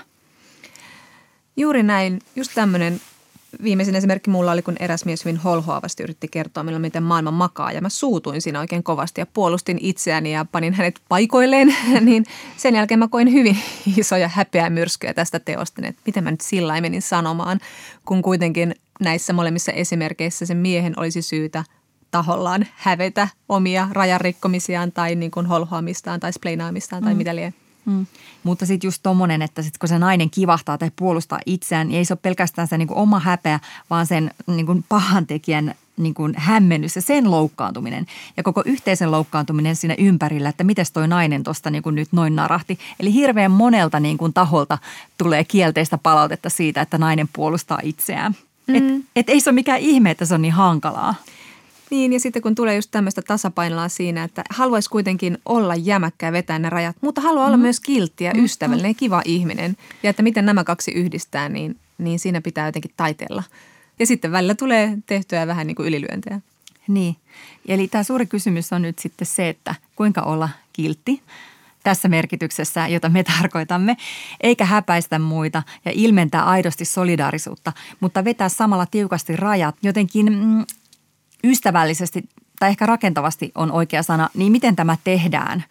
Juuri näin. Just tämmöinen viimeisin esimerkki mulla oli, kun eräs mies hyvin holhoavasti yritti kertoa minulle, miten maailma makaa. Ja mä suutuin siinä oikein kovasti ja puolustin itseäni ja panin hänet paikoilleen. Niin sen jälkeen mä koin hyvin isoja häpeämyrskyjä tästä teosta, että miten mä nyt sillä menin sanomaan, kun kuitenkin näissä molemmissa esimerkkeissä sen miehen olisi syytä tahollaan hävetä omia rajanrikkomisiaan tai niin kuin holhoamistaan tai spleinaamistaan tai mitä lie. Mutta sitten just tommonen, että sit kun se nainen kivahtaa tai puolustaa itseään, niin ei se ole pelkästään se niin kuin oma häpeä, vaan sen niin kuin pahantekijän niin kuin hämmennys ja sen loukkaantuminen. Ja koko yhteisen loukkaantuminen siinä ympärillä, että mites toi nainen tuosta niin kuin nyt noin narahti. Eli hirveän monelta niin kuin taholta tulee kielteistä palautetta siitä, että nainen puolustaa itseään. Et ei se ole mikään ihme, että se on niin hankalaa. Niin, ja sitten kun tulee just tämmöistä tasapainoa siinä, että haluaisi kuitenkin olla jämäkkä ja vetää ne rajat, mutta haluaa olla myös kiltti ja ystävällinen ja kiva ihminen. Ja että miten nämä kaksi yhdistää, niin siinä pitää jotenkin taiteella. Ja sitten välillä tulee tehtyä vähän niin kuin ylilyöntejä. Niin, eli tämä suuri kysymys on nyt sitten se, että kuinka olla kiltti tässä merkityksessä, jota me tarkoitamme, eikä häpäistä muita ja ilmentää aidosti solidaarisuutta, mutta vetää samalla tiukasti rajat jotenkin ystävällisesti tai ehkä rakentavasti on oikea sana, niin miten tämä tehdään?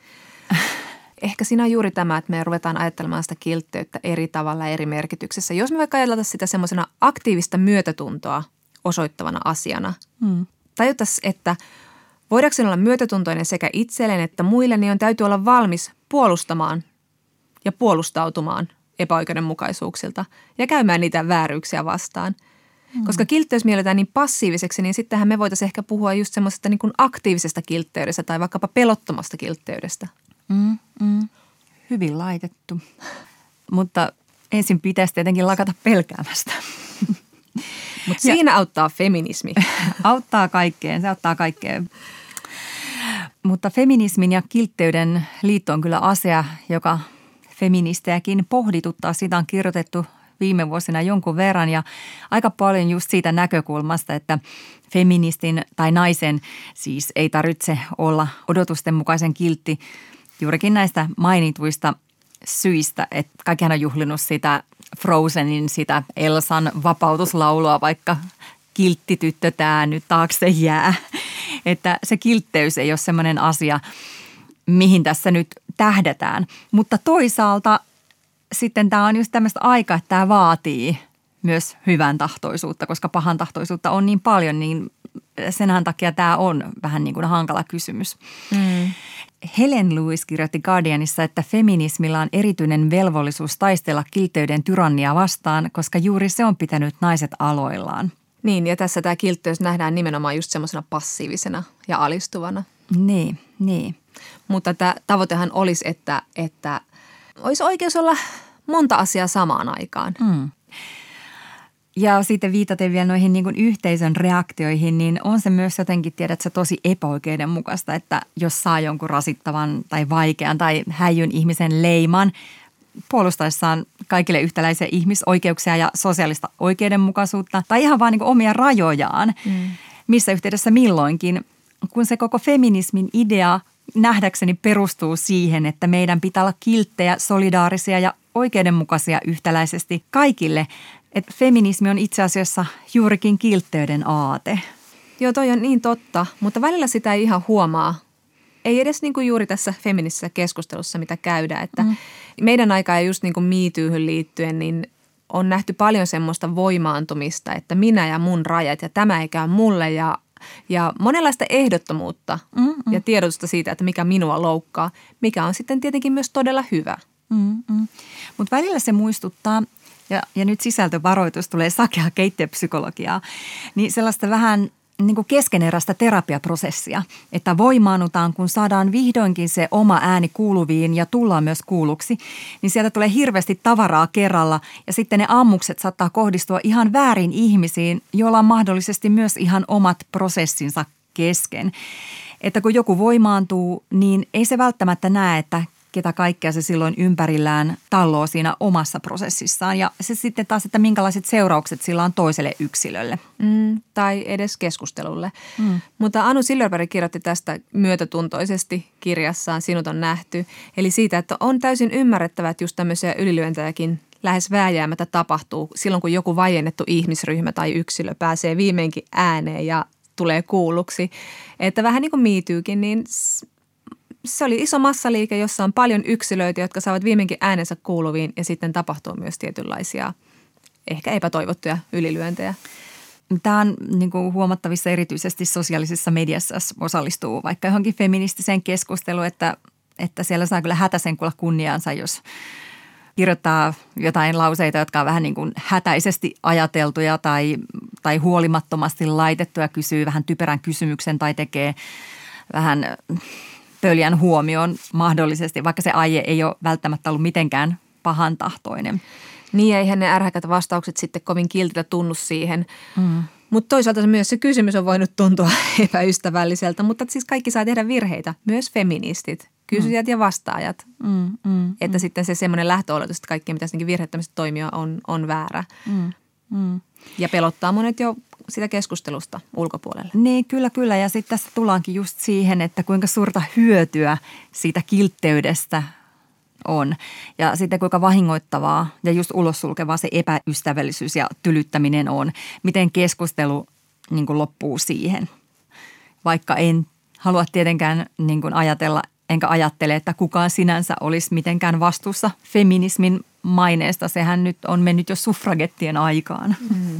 Ehkä siinä on juuri tämä, että me ruvetaan ajattelemaan sitä kiltteyttä eri tavalla eri merkityksessä. Jos me vaikka ajatellaan sitä semmoisena aktiivista myötätuntoa osoittavana asiana, tajuttaisiin, että voidaanko olla myötätuntoinen sekä itselleen että muille, niin on täytyy olla valmis puolustamaan ja puolustautumaan epäoikeudenmukaisuuksilta ja käymään niitä vääryyksiä vastaan. Koska kiltteys mielletään niin passiiviseksi, niin sittenhän me voitaisiin ehkä puhua just semmoisesta niin kuin aktiivisesta kiltteydestä tai vaikkapa pelottomasta kiltteydestä. Hyvin laitettu. Mutta ensin pitäisi tietenkin lakata pelkäämästä. Mutta siinä auttaa feminismi. Auttaa kaikkeen, se auttaa kaikkeen. Mutta feminismin ja kiltteyden liitto on kyllä asia, joka feministejäkin pohdituttaa. Siitä on kirjoitettu viime vuosina jonkun verran ja aika paljon just siitä näkökulmasta, että feministin tai naisen siis ei tarvitse olla odotusten mukaisen kiltti juurikin näistä mainituista syistä, että kaikkihan on juhlinut sitä Frozenin, sitä Elsan vapautuslaulua, vaikka kiltti tyttö tää nyt taakse jää. Että se kiltteys ei ole semmoinen asia, mihin tässä nyt tähdätään, mutta toisaalta sitten tämä on just tämmöistä aikaa, että tämä vaatii myös hyvän tahtoisuutta, koska pahan tahtoisuutta on niin paljon, niin senhän takia tämä on vähän niin kuin hankala kysymys. Helen Lewis kirjoitti Guardianissa, että feminismillä on erityinen velvollisuus taistella kiltteyden tyrannia vastaan, koska juuri se on pitänyt naiset aloillaan. Niin, ja tässä tämä kiltteys nähdään nimenomaan just semmoisena passiivisena ja alistuvana. Niin. Mutta tämä tavoitehan olisi, että olisi oikeus olla monta asiaa samaan aikaan. Ja sitten viitaten vielä noihin niin kuin yhteisön reaktioihin, niin on se myös jotenkin, tiedätkö, tosi epäoikeudenmukaista, että jos saa jonkun rasittavan tai vaikean tai häijyn ihmisen leiman puolustaessaan kaikille yhtäläisiä ihmisoikeuksia ja sosiaalista oikeudenmukaisuutta tai ihan vaan niin kuin omia rajojaan, missä yhteydessä milloinkin, kun se koko feminismin idea nähdäkseni perustuu siihen, että meidän pitää olla kilttejä, solidaarisia ja oikeudenmukaisia yhtäläisesti kaikille. Että feminismi on itse asiassa juurikin kiltteyden aate. Joo, toi on niin totta, mutta välillä sitä ei ihan huomaa. Ei edes niin kuin juuri tässä feministisessä keskustelussa, mitä käydään. Että meidän aikaa ja just niin kuin MeToohyn liittyen, niin on nähty paljon semmoista voimaantumista, että minä ja mun rajat ja tämä ei käy mulle ja monenlaista ehdottomuutta ja tiedotusta siitä, että mikä minua loukkaa, mikä on sitten tietenkin myös todella hyvä. Mutta välillä se muistuttaa, ja nyt sisältövaroitus tulee sakea keittiöpsykologiaa, niin sellaista vähän niin kuin keskeneräistä terapiaprosessia, että voimaannutaan, kun saadaan vihdoinkin se oma ääni kuuluviin ja tullaan myös kuulluksi, niin sieltä tulee hirveästi tavaraa kerralla ja sitten ne ammukset saattaa kohdistua ihan väärin ihmisiin, joilla on mahdollisesti myös ihan omat prosessinsa kesken. Että kun joku voimaantuu, niin ei se välttämättä näe, että ketä kaikkea se silloin ympärillään talloo siinä omassa prosessissaan. Ja se sitten taas, että minkälaiset seuraukset sillä on toiselle yksilölle. Tai edes keskustelulle. Mutta Anu Silverberg kirjoitti tästä myötätuntoisesti kirjassaan Sinut on nähty. Eli siitä, että on täysin ymmärrettävää, että just tämmöisiä ylilyöntejäkin lähes vääjäämättä tapahtuu silloin, kun joku vaiennettu ihmisryhmä tai yksilö pääsee viimeinkin ääneen ja tulee kuulluksi. Että vähän niin kuin MeTookin, niin se oli iso massaliike, jossa on paljon yksilöitä, jotka saavat viimeinkin äänensä kuuluviin ja sitten tapahtuu myös tietynlaisia ehkä epätoivottuja ylilyöntejä. Tämä on niin kuin huomattavissa erityisesti sosiaalisessa mediassa osallistuu vaikka johonkin feministiseen keskusteluun, että siellä saa kyllä hätäisen kuulla kunniaansa, jos kirjoittaa jotain lauseita, jotka on vähän niin kuin hätäisesti ajateltuja tai huolimattomasti laitettuja, kysyy vähän typerän kysymyksen tai tekee vähän pöljän huomioon mahdollisesti, vaikka se aihe ei ole välttämättä ollut mitenkään pahantahtoinen. Niin, eihän ne ärhäkät vastaukset sitten kovin kiltiltä tunnu siihen. Mutta toisaalta myös se kysymys on voinut tuntua epäystävälliseltä, mutta siis kaikki saa tehdä virheitä, myös feministit, kysyjät ja vastaajat. Että sitten se semmoinen lähtöoletus, että kaikki mitä virheettömästi toimia on väärä. Ja pelottaa monet jo sitä keskustelusta ulkopuolelle. Niin, kyllä. Ja sitten tässä tullaankin just siihen, että kuinka suurta hyötyä siitä kiltteydestä on. Ja sitten kuinka vahingoittavaa ja just ulossulkevaa se epäystävällisyys ja tylyttäminen on. Miten keskustelu niin kuin loppuu siihen. Vaikka en halua tietenkään niin kuin ajatella, enkä ajattele, että kukaan sinänsä olisi mitenkään vastuussa feminismin maineesta. Sehän nyt on mennyt jo suffragettien aikaan.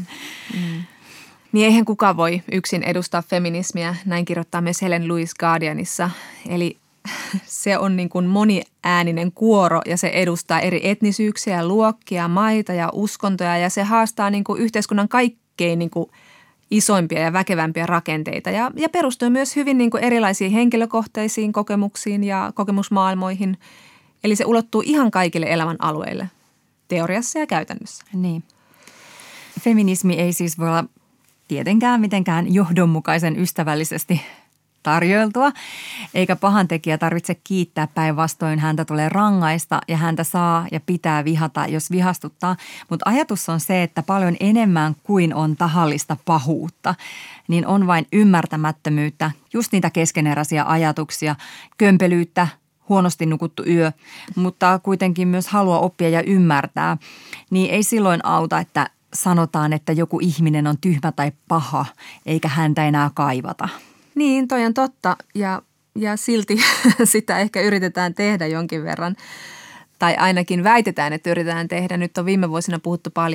Niin eihän kukaan voi yksin edustaa feminismiä, näin kirjoittaa myös Helen Lewis Guardianissa. Eli se on niin kuin moniääninen kuoro ja se edustaa eri etnisyyksiä, luokkia, maita ja uskontoja ja se haastaa niin kuin yhteiskunnan kaikkein niin kuin isoimpia ja väkevämpiä rakenteita ja perustuu myös hyvin niin kuin erilaisiin henkilökohtaisiin kokemuksiin ja kokemusmaailmoihin. Eli se ulottuu ihan kaikille elämän alueille, teoriassa ja käytännössä. Niin. Feminismi ei siis voi olla tietenkään mitenkään johdonmukaisen ystävällisesti tarjoiltua, eikä pahantekijä tarvitse kiittää, päinvastoin häntä tulee rangaista ja häntä saa ja pitää vihata, jos vihastuttaa. Mutta ajatus on se, että paljon enemmän kuin on tahallista pahuutta, niin on vain ymmärtämättömyyttä, just niitä keskeneräisiä ajatuksia, kömpelyyttä, huonosti nukuttu yö, mutta kuitenkin myös halua oppia ja ymmärtää, niin ei silloin auta, että sanotaan, että joku ihminen on tyhmä tai paha, eikä häntä enää kaivata. Niin, toi on totta ja silti sitä ehkä yritetään tehdä jonkin verran. Tai ainakin väitetään, että yritetään tehdä. Nyt on viime vuosina puhuttu paljon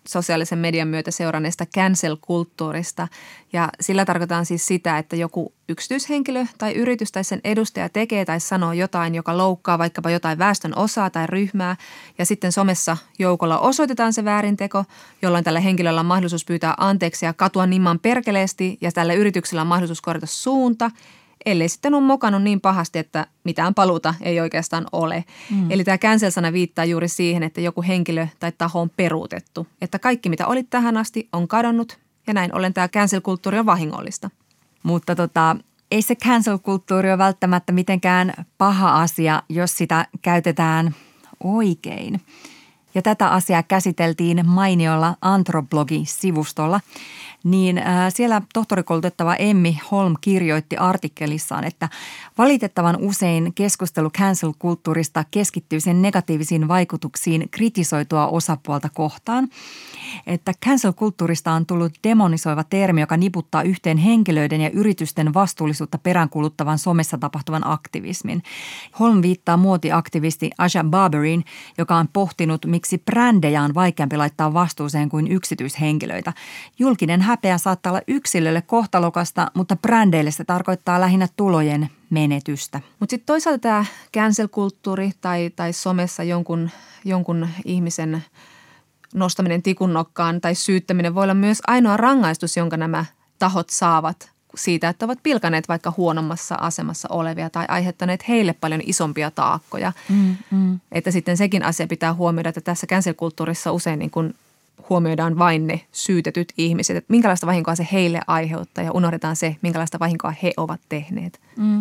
sosiaalisen median myötä seuranneesta cancel-kulttuurista. Ja sillä tarkoitan siis sitä, että joku yksityishenkilö tai yritys tai sen edustaja tekee tai sanoo jotain, joka loukkaa vaikkapa jotain väestön osaa tai ryhmää. Ja sitten somessa joukolla osoitetaan se väärinteko, jolloin tällä henkilöllä on mahdollisuus pyytää anteeksi ja katua nimman perkeleesti. Ja tällä yrityksellä on mahdollisuus korjata suunta, ellei sitten ole mokannut niin pahasti, että mitään paluuta ei oikeastaan ole. Eli tämä cancel-sana viittaa juuri siihen, että joku henkilö tai taho on peruutettu. Että kaikki, mitä olit tähän asti, on kadonnut ja näin ollen tämä cancel-kulttuuri on vahingollista. Mutta ei se cancel-kulttuuri ole välttämättä mitenkään paha asia, jos sitä käytetään oikein. Ja tätä asiaa käsiteltiin mainiolla Anthropology-sivustolla, niin siellä tohtorikoulutettava Emmi Holm kirjoitti artikkelissaan, että valitettavan usein keskustelu cancel-kulttuurista keskittyy sen negatiivisiin vaikutuksiin kritisoitua osapuolta kohtaan. Että cancel-kulttuurista on tullut demonisoiva termi, joka niputtaa yhteen henkilöiden ja yritysten vastuullisuutta peräänkuluttavan somessa tapahtuvan aktivismin. Holm viittaa muotiaktivisti Asha Barberiin, joka on pohtinut, miksi brändejä on vaikeampi laittaa vastuuseen kuin yksityishenkilöitä. Julkinen häpeä saattaa olla yksilölle kohtalokasta, mutta brändeille se tarkoittaa lähinnä tulojen menetystä. Mutta sitten toisaalta tämä cancel-kulttuuri tai somessa jonkun ihmisen nostaminen tikunnokkaan tai syyttäminen voi olla myös ainoa rangaistus, jonka nämä tahot saavat siitä, että ovat pilkaneet vaikka huonommassa asemassa olevia tai aiheuttaneet heille paljon isompia taakkoja. Että sitten sekin asia pitää huomioida, että tässä cancel-kulttuurissa usein niin kuin huomioidaan vain ne syytetyt ihmiset, että minkälaista vahinkoa se heille aiheuttaa ja unohdetaan se, minkälaista vahinkoa he ovat tehneet.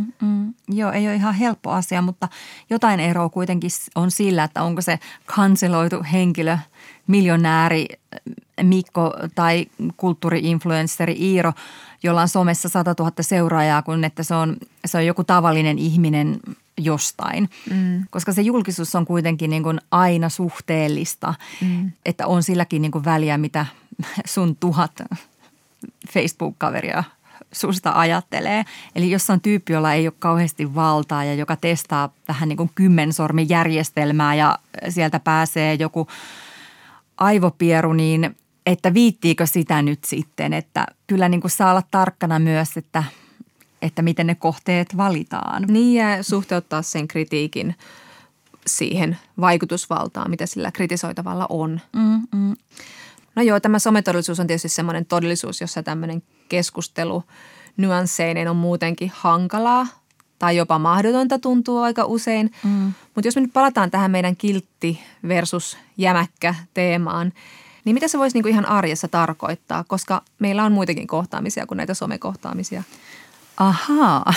Joo, ei ole ihan helppo asia, mutta jotain eroa kuitenkin on sillä, että onko se kanseloitu henkilö, miljonääri Mikko tai kulttuuri-influenssari Iiro, jolla on somessa 100 000 seuraajaa, kun että se on joku tavallinen ihminen jostain. Koska se julkisuus on kuitenkin niin kuin aina suhteellista, että on silläkin niin kuin väliä, mitä sun 1000 Facebook-kaveria susta ajattelee. Eli jos on tyyppi, jolla ei ole kauheasti valtaa ja joka testaa vähän niin kuin 10-sormijärjestelmää ja sieltä pääsee joku aivopieru, niin että viittiikö sitä nyt sitten, että kyllä niin kuin saa olla tarkkana myös, että miten ne kohteet valitaan. Niin ja suhteuttaa sen kritiikin siihen vaikutusvaltaan, mitä sillä kritisoitavalla on. No joo, tämä sometodellisuus on tietysti semmoinen todellisuus, jossa tämmöinen keskustelu nyansseineen on muutenkin hankalaa tai jopa mahdotonta tuntuu aika usein. Mutta jos me nyt palataan tähän meidän kiltti versus jämäkkä teemaan, niin mitä se voisi niinku ihan arjessa tarkoittaa, koska meillä on muitakin kohtaamisia kuin näitä somekohtaamisia. Ahaa.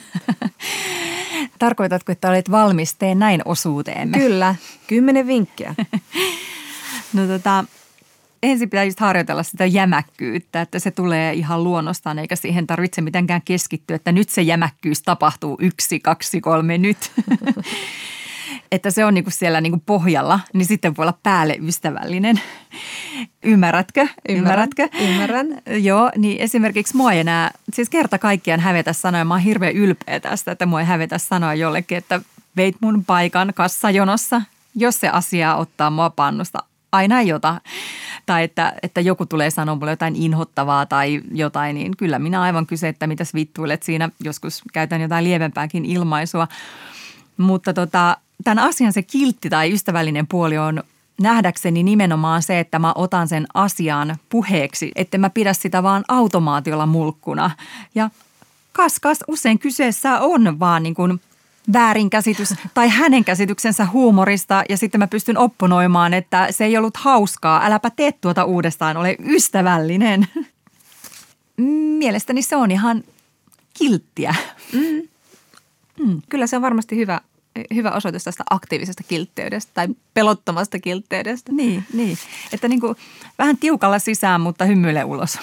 Tarkoitatko, että olet valmis teen näin osuuteemme? Kyllä, 10 vinkkiä. No ensin pitää just harjoitella sitä jämäkkyyttä, että se tulee ihan luonnostaan eikä siihen tarvitse mitenkään keskittyä, että nyt se jämäkkyys tapahtuu 1, 2, 3 nyt. Että se on niinku siellä niinku pohjalla, niin sitten voi olla päälle ystävällinen. Ymmärrätkö? Ymmärrän. Joo, niin esimerkiksi mua ei enää, siis kerta kaikkiaan hävetä sanoa, mä oon hirveän ylpeä tästä, että mua ei hävetä sanoa jollekin, että veit mun paikan kassajonossa, jos se asia ottaa mua pannusta. Aina jota. Tai että joku tulee sanoa mulle jotain inhottavaa tai jotain, niin kyllä minä aivan kyse, että mitäs vittuilet siinä. Joskus käytän jotain lievempääkin ilmaisua. Mutta tämän asian se kiltti tai ystävällinen puoli on nähdäkseni nimenomaan se, että mä otan sen asian puheeksi, että mä pidä sitä vaan automaatiolla mulkkuna. Ja kas usein kyseessä on vaan niin kuin väärinkäsitys tai hänen käsityksensä huumorista ja sitten mä pystyn opponoimaan, että se ei ollut hauskaa, äläpä tee tuota uudestaan, ole ystävällinen. Mielestäni se on ihan kilttiä. Kyllä se on varmasti hyvä osoitus tästä aktiivisesta kiltteydestä tai pelottomasta kiltteydestä. Niin. Että niin kuin vähän tiukalla sisään, mutta hymyile ulos.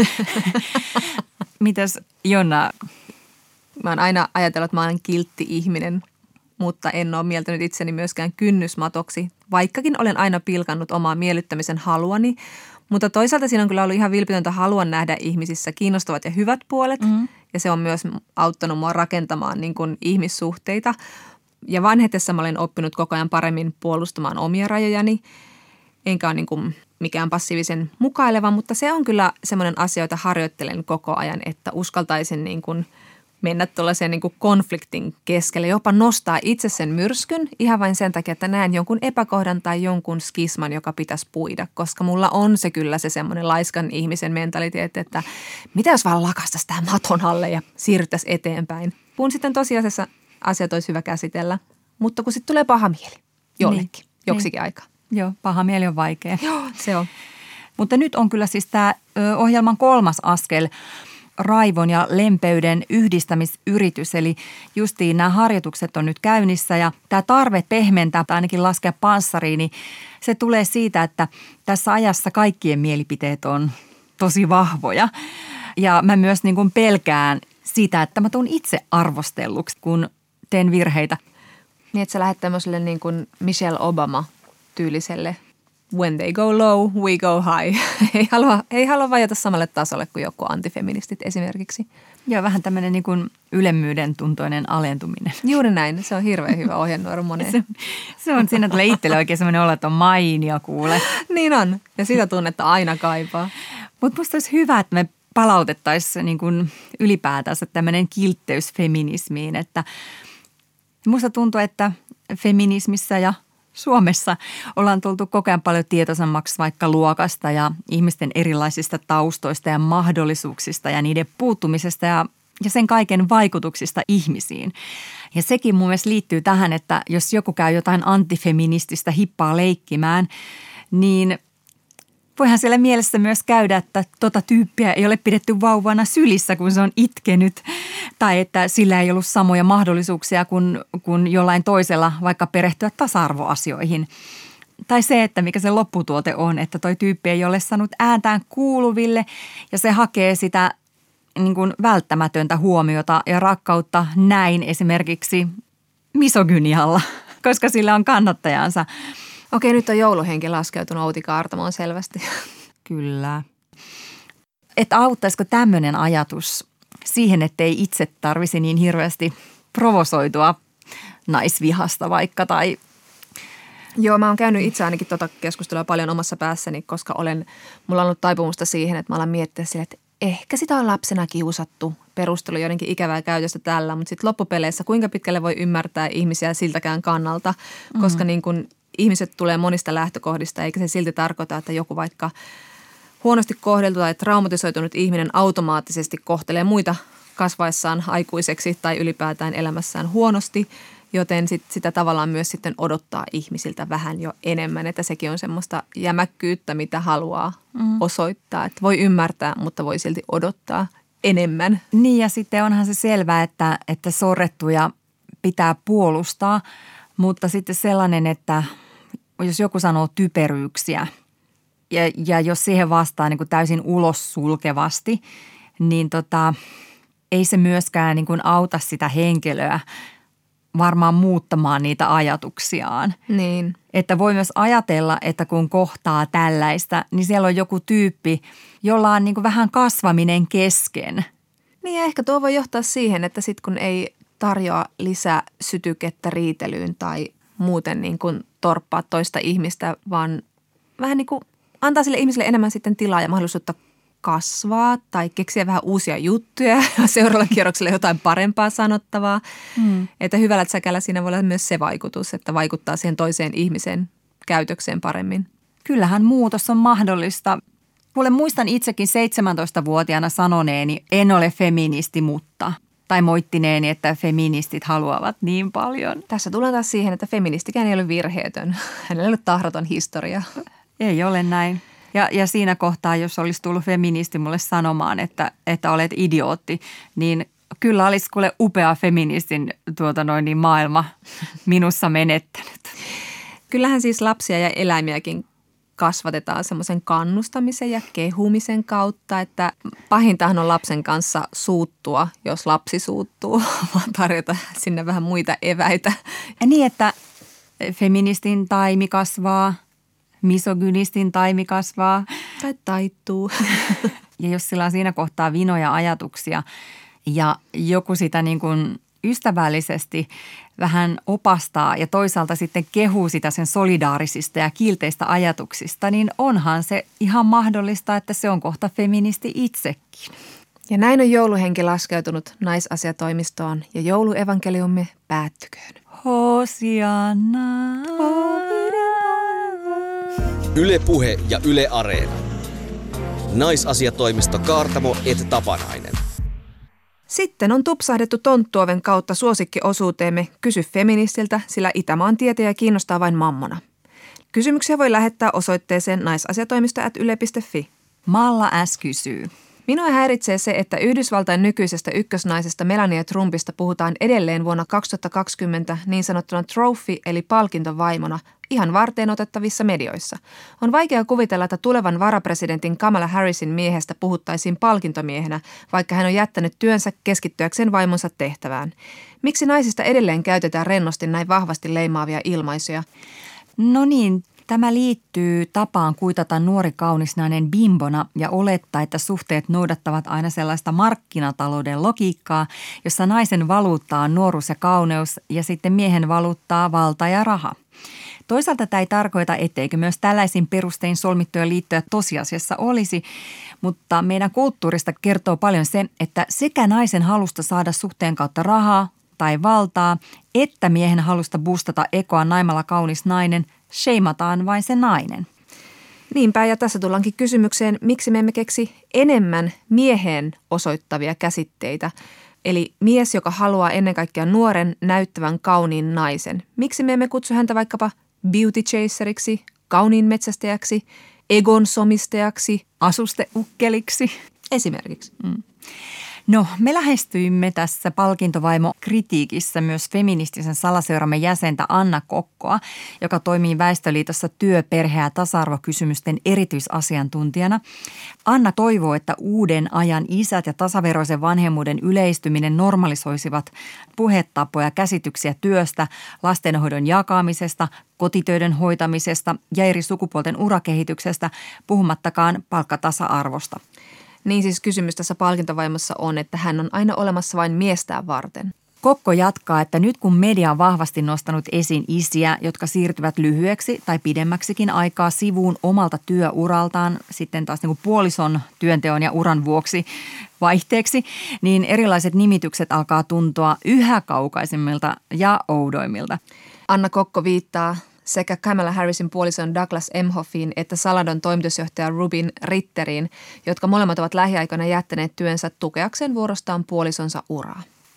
Mitäs Jonna? Mä oon aina ajatellut, että mä olen kiltti ihminen, mutta en ole mieltänyt itseni myöskään kynnysmatoksi, vaikkakin olen aina pilkannut omaa miellyttämisen haluani. Mutta toisaalta siinä on kyllä ollut ihan vilpitöntä halua nähdä ihmisissä kiinnostavat ja hyvät puolet. Ja se on myös auttanut mua rakentamaan niin kuin ihmissuhteita. Ja vanhetessa mä olen oppinut koko ajan paremmin puolustamaan omia rajojani. Enkä ole niin kuin mikään passiivisen mukaileva, mutta se on kyllä semmoinen asia, jota harjoittelen koko ajan, että uskaltaisin niin kuin mennä tuollaiseen niin kuin konfliktin keskelle, jopa nostaa itse sen myrskyn ihan vain sen takia, että näen jonkun epäkohdan tai jonkun skisman, joka pitäisi puida, koska mulla on se kyllä se semmoinen laiskan ihmisen mentaliteetti, että mitä jos vaan lakastaisi tämän maton alle ja siirryttäisiin eteenpäin. Kun sitten tosiasiassa asiat olisi hyvä käsitellä, mutta kun sitten tulee paha mieli jollekin, joksikin aikaa. Joo, paha mieli on vaikea. Joo, se on. Mutta nyt on kyllä siis tämä ohjelman 3. askel, raivon ja lempeyden yhdistämisyritys. Eli justiin nämä harjoitukset on nyt käynnissä ja tämä tarve pehmentää tai ainakin laskea panssariin, niin se tulee siitä, että tässä ajassa kaikkien mielipiteet on tosi vahvoja. Ja mä myös niin kuin pelkään sitä, että mä tuun itse arvostelluksi, kun teen virheitä. Niin, että sä lähdet tämmöiselle niin kuin Michelle Obama-tyyliselle when they go low, we go high. ei halua vajata samalle tasolle kuin joku antifeministit esimerkiksi. Joo, vähän tämmöinen niin kuin ylemmyyden tuntoinen alentuminen. Juuri näin. Se on hirveän hyvä ohjenuora moneen. se on siinä tulee itselle oikein semmoinen olo, että on mainio kuule. Niin on. Ja sitä tunnetta aina kaipaa. Mutta musta olisi hyvä, että me palautettaisiin niin kuin ylipäätänsä tämmöinen kiltteys feminismiin. Että musta tuntuu, että feminismissä ja Suomessa ollaan tultu koko ajan paljon tietoisemmaksi vaikka luokasta ja ihmisten erilaisista taustoista ja mahdollisuuksista ja niiden puuttumisesta ja sen kaiken vaikutuksista ihmisiin. Ja sekin mun mielestä liittyy tähän, että jos joku käy jotain antifeminististä hippaa leikkimään, niin voihan siellä mielessä myös käydä, että tota tyyppiä ei ole pidetty vauvana sylissä, kun se on itkenyt. Tai että sillä ei ollut samoja mahdollisuuksia kuin jollain toisella vaikka perehtyä tasa-arvoasioihin. Tai se, että mikä se lopputuote on, että toi tyyppi ei ole saanut ääntään kuuluville ja se hakee sitä niin kuin välttämätöntä huomiota ja rakkautta näin esimerkiksi misogynialla, koska sillä on kannattajansa. Okei, nyt on jouluhenki laskeutunut Outi Kaartamoon selvästi. Kyllä. Että auttaisiko tämmöinen ajatus siihen, ettei itse tarvisi niin hirveästi provosoitua naisvihasta vaikka tai... Joo, mä oon käynyt itse ainakin tota keskustelua paljon omassa päässäni, koska mulla on ollut taipumusta siihen, että mä alan miettiä sille, että ehkä sitä on lapsena kiusattu perustelu joidenkin ikävää käytöstä tällä, mutta sitten loppupeleissä kuinka pitkälle voi ymmärtää ihmisiä siltäkään kannalta, koska niin kun ihmiset tulee monista lähtökohdista, eikä se silti tarkoita, että joku vaikka huonosti kohdeltu tai traumatisoitunut ihminen automaattisesti kohtelee muita kasvaessaan aikuiseksi tai ylipäätään elämässään huonosti, joten sitä tavallaan myös sitten odottaa ihmisiltä vähän jo enemmän, että sekin on semmoista jämäkkyyttä, mitä haluaa osoittaa, että voi ymmärtää, mutta voi silti odottaa enemmän. Niin ja sitten onhan se selvää, että sorrettuja pitää puolustaa, mutta sitten sellainen, että jos joku sanoo typeryyksiä ja jos siihen vastaa niin kuin täysin ulos sulkevasti, niin ei se myöskään niin kuin auta sitä henkilöä varmaan muuttamaan niitä ajatuksiaan. Niin. Että voi myös ajatella, että kun kohtaa tällaista, niin siellä on joku tyyppi, jolla on niin kuin vähän kasvaminen kesken. Niin ja ehkä tuo voi johtaa siihen, että sitten kun ei tarjoa lisää sytykettä riitelyyn tai muuten niin kuin torppaa toista ihmistä, vaan vähän niin kuin antaa sille ihmiselle enemmän sitten tilaa ja mahdollisuutta kasvaa tai keksiä vähän uusia juttuja ja seuraavalla kierroksella jotain parempaa sanottavaa. Että hyvällä säkällä siinä voi olla myös se vaikutus, että vaikuttaa siihen toiseen ihmisen käytökseen paremmin. Kyllähän muutos on mahdollista. Kuule, muistan itsekin 17-vuotiaana sanoneeni, en ole feministi, mutta... Tai moittineeni, että feministit haluavat niin paljon. Tässä tullaan taas siihen, että feministikään ei ole virheetön. Hänellä ei ole tahraton historia. Ei ole näin. Ja siinä kohtaa, jos olisi tullut feministi mulle sanomaan, että olet idiootti, niin kyllä olisi kuule upea feministin maailma minussa menettänyt. Kyllähän siis lapsia ja eläimiäkin kasvatetaan semmoisen kannustamisen ja kehumisen kautta, että pahintahan on lapsen kanssa suuttua, jos lapsi suuttuu, vaan tarjota sinne vähän muita eväitä. Ja niin, että feministin taimi kasvaa, misogynistin taimi kasvaa. Tai taittuu. Ja jos sillä on siinä kohtaa vinoja ajatuksia ja joku sitä niin kuin ystävällisesti vähän opastaa ja toisaalta sitten kehuu sitä sen solidaarisista ja kiilteistä ajatuksista, niin onhan se ihan mahdollista, että se on kohta feministi itsekin. Ja näin on jouluhenki laskeutunut naisasiatoimistoon ja jouluevankeliumme päättyköön. Hosianna. Yle Puhe ja Yle Areena. Naisasiatoimisto Kaartamo et Tapanainen. Sitten on tupsahdettu tonttuoven kautta suosikkiosuuteemme Kysy feministiltä, sillä Itämaan tietäjä kiinnostaa vain mammona. Kysymyksiä voi lähettää osoitteeseen naisasiatoimisto@yle.fi. Malla S. kysyy. Minua häiritsee se, että Yhdysvaltain nykyisestä ykkösnaisesta Melania Trumpista puhutaan edelleen vuonna 2020 niin sanottuna trophy eli palkintovaimona ihan varteen otettavissa medioissa. On vaikea kuvitella, että tulevan varapresidentin Kamala Harrisin miehestä puhuttaisiin palkintomiehenä, vaikka hän on jättänyt työnsä keskittyäkseen vaimonsa tehtävään. Miksi naisista edelleen käytetään rennosti näin vahvasti leimaavia ilmaisuja? No niin, tämä liittyy tapaan kuitata nuori kaunis nainen bimbona ja olettaa, että suhteet noudattavat aina sellaista markkinatalouden logiikkaa, jossa naisen valuuttaa on nuoruus ja kauneus ja sitten miehen valuuttaa valta ja raha. Toisaalta tämä ei tarkoita, etteikö myös tällaisin perustein solmittuja liittoja tosiasiassa olisi, mutta meidän kulttuurista kertoo paljon se, että sekä naisen halusta saada suhteen kautta rahaa tai valtaa, että miehen halusta boostata ekoa naimalla kaunis nainen, sheimataan vain se nainen. Niinpä, ja tässä tullaankin kysymykseen, miksi me emme keksi enemmän mieheen osoittavia käsitteitä. Eli mies, joka haluaa ennen kaikkea nuoren, näyttävän, kauniin naisen. Miksi me emme kutsu häntä vaikkapa beauty chaseriksi, kauniin metsästäjäksi, egon somistajaksi, Asusteukkeliksi. esimerkiksi? No, me lähestyimme tässä palkintovaimo-kritiikissä myös feministisen salaseuramme jäsentä Anna Kokkoa, joka toimii Väestöliitossa työ-, perhe- ja tasa-arvokysymysten erityisasiantuntijana. Anna toivoo, että uuden ajan isät ja tasaveroisen vanhemmuuden yleistyminen normalisoisivat puhetapoja, käsityksiä työstä, lastenhoidon jakamisesta, kotitöiden hoitamisesta ja eri sukupuolten urakehityksestä, puhumattakaan palkkatasa-arvosta. Niin siis kysymys tässä palkintovaimossa on, että hän on aina olemassa vain miestään varten. Kokko jatkaa, että nyt kun media on vahvasti nostanut esiin isiä, jotka siirtyvät lyhyeksi tai pidemmäksikin aikaa sivuun omalta työuraltaan, sitten taas niin kuin puolison työnteon ja uran vuoksi vaihteeksi, niin erilaiset nimitykset alkaa tuntua yhä kaukaisimmilta ja oudoimmilta. Anna Kokko viittaa sekä Kamala Harrisin puolison Douglas Emhoffiin että Saladon toimitusjohtaja Rubin Ritteriin, jotka molemmat ovat lähiaikoina jättäneet työnsä tukeakseen vuorostaan puolisonsa uraa.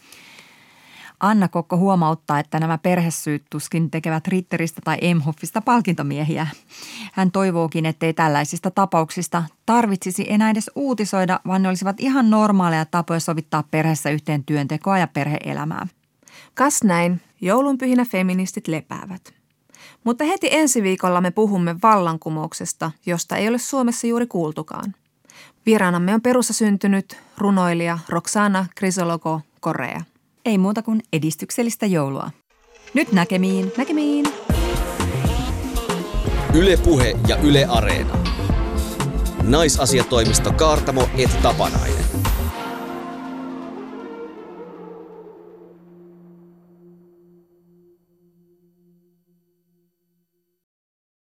Anna Kokko huomauttaa, että nämä perhesyyt tuskin tekevät Ritteristä tai Emhoffista palkintomiehiä. Hän toivookin, ettei tällaisista tapauksista tarvitsisi enää edes uutisoida, vaan ne olisivat ihan normaaleja tapoja sovittaa perheessä yhteen työntekoa ja perhe-elämää. Kas näin, joulunpyhinä feministit lepäävät. Mutta heti ensi viikolla me puhumme vallankumouksesta, josta ei ole Suomessa juuri kuultukaan. Vieraanamme on Perussa syntynyt runoilija Roxana Crisologo-Correa. Ei muuta kuin edistyksellistä joulua. Nyt näkemiin. Näkemiin! Yle Puhe ja Yle Areena. Naisasiatoimisto Kaartamo et Tapanainen.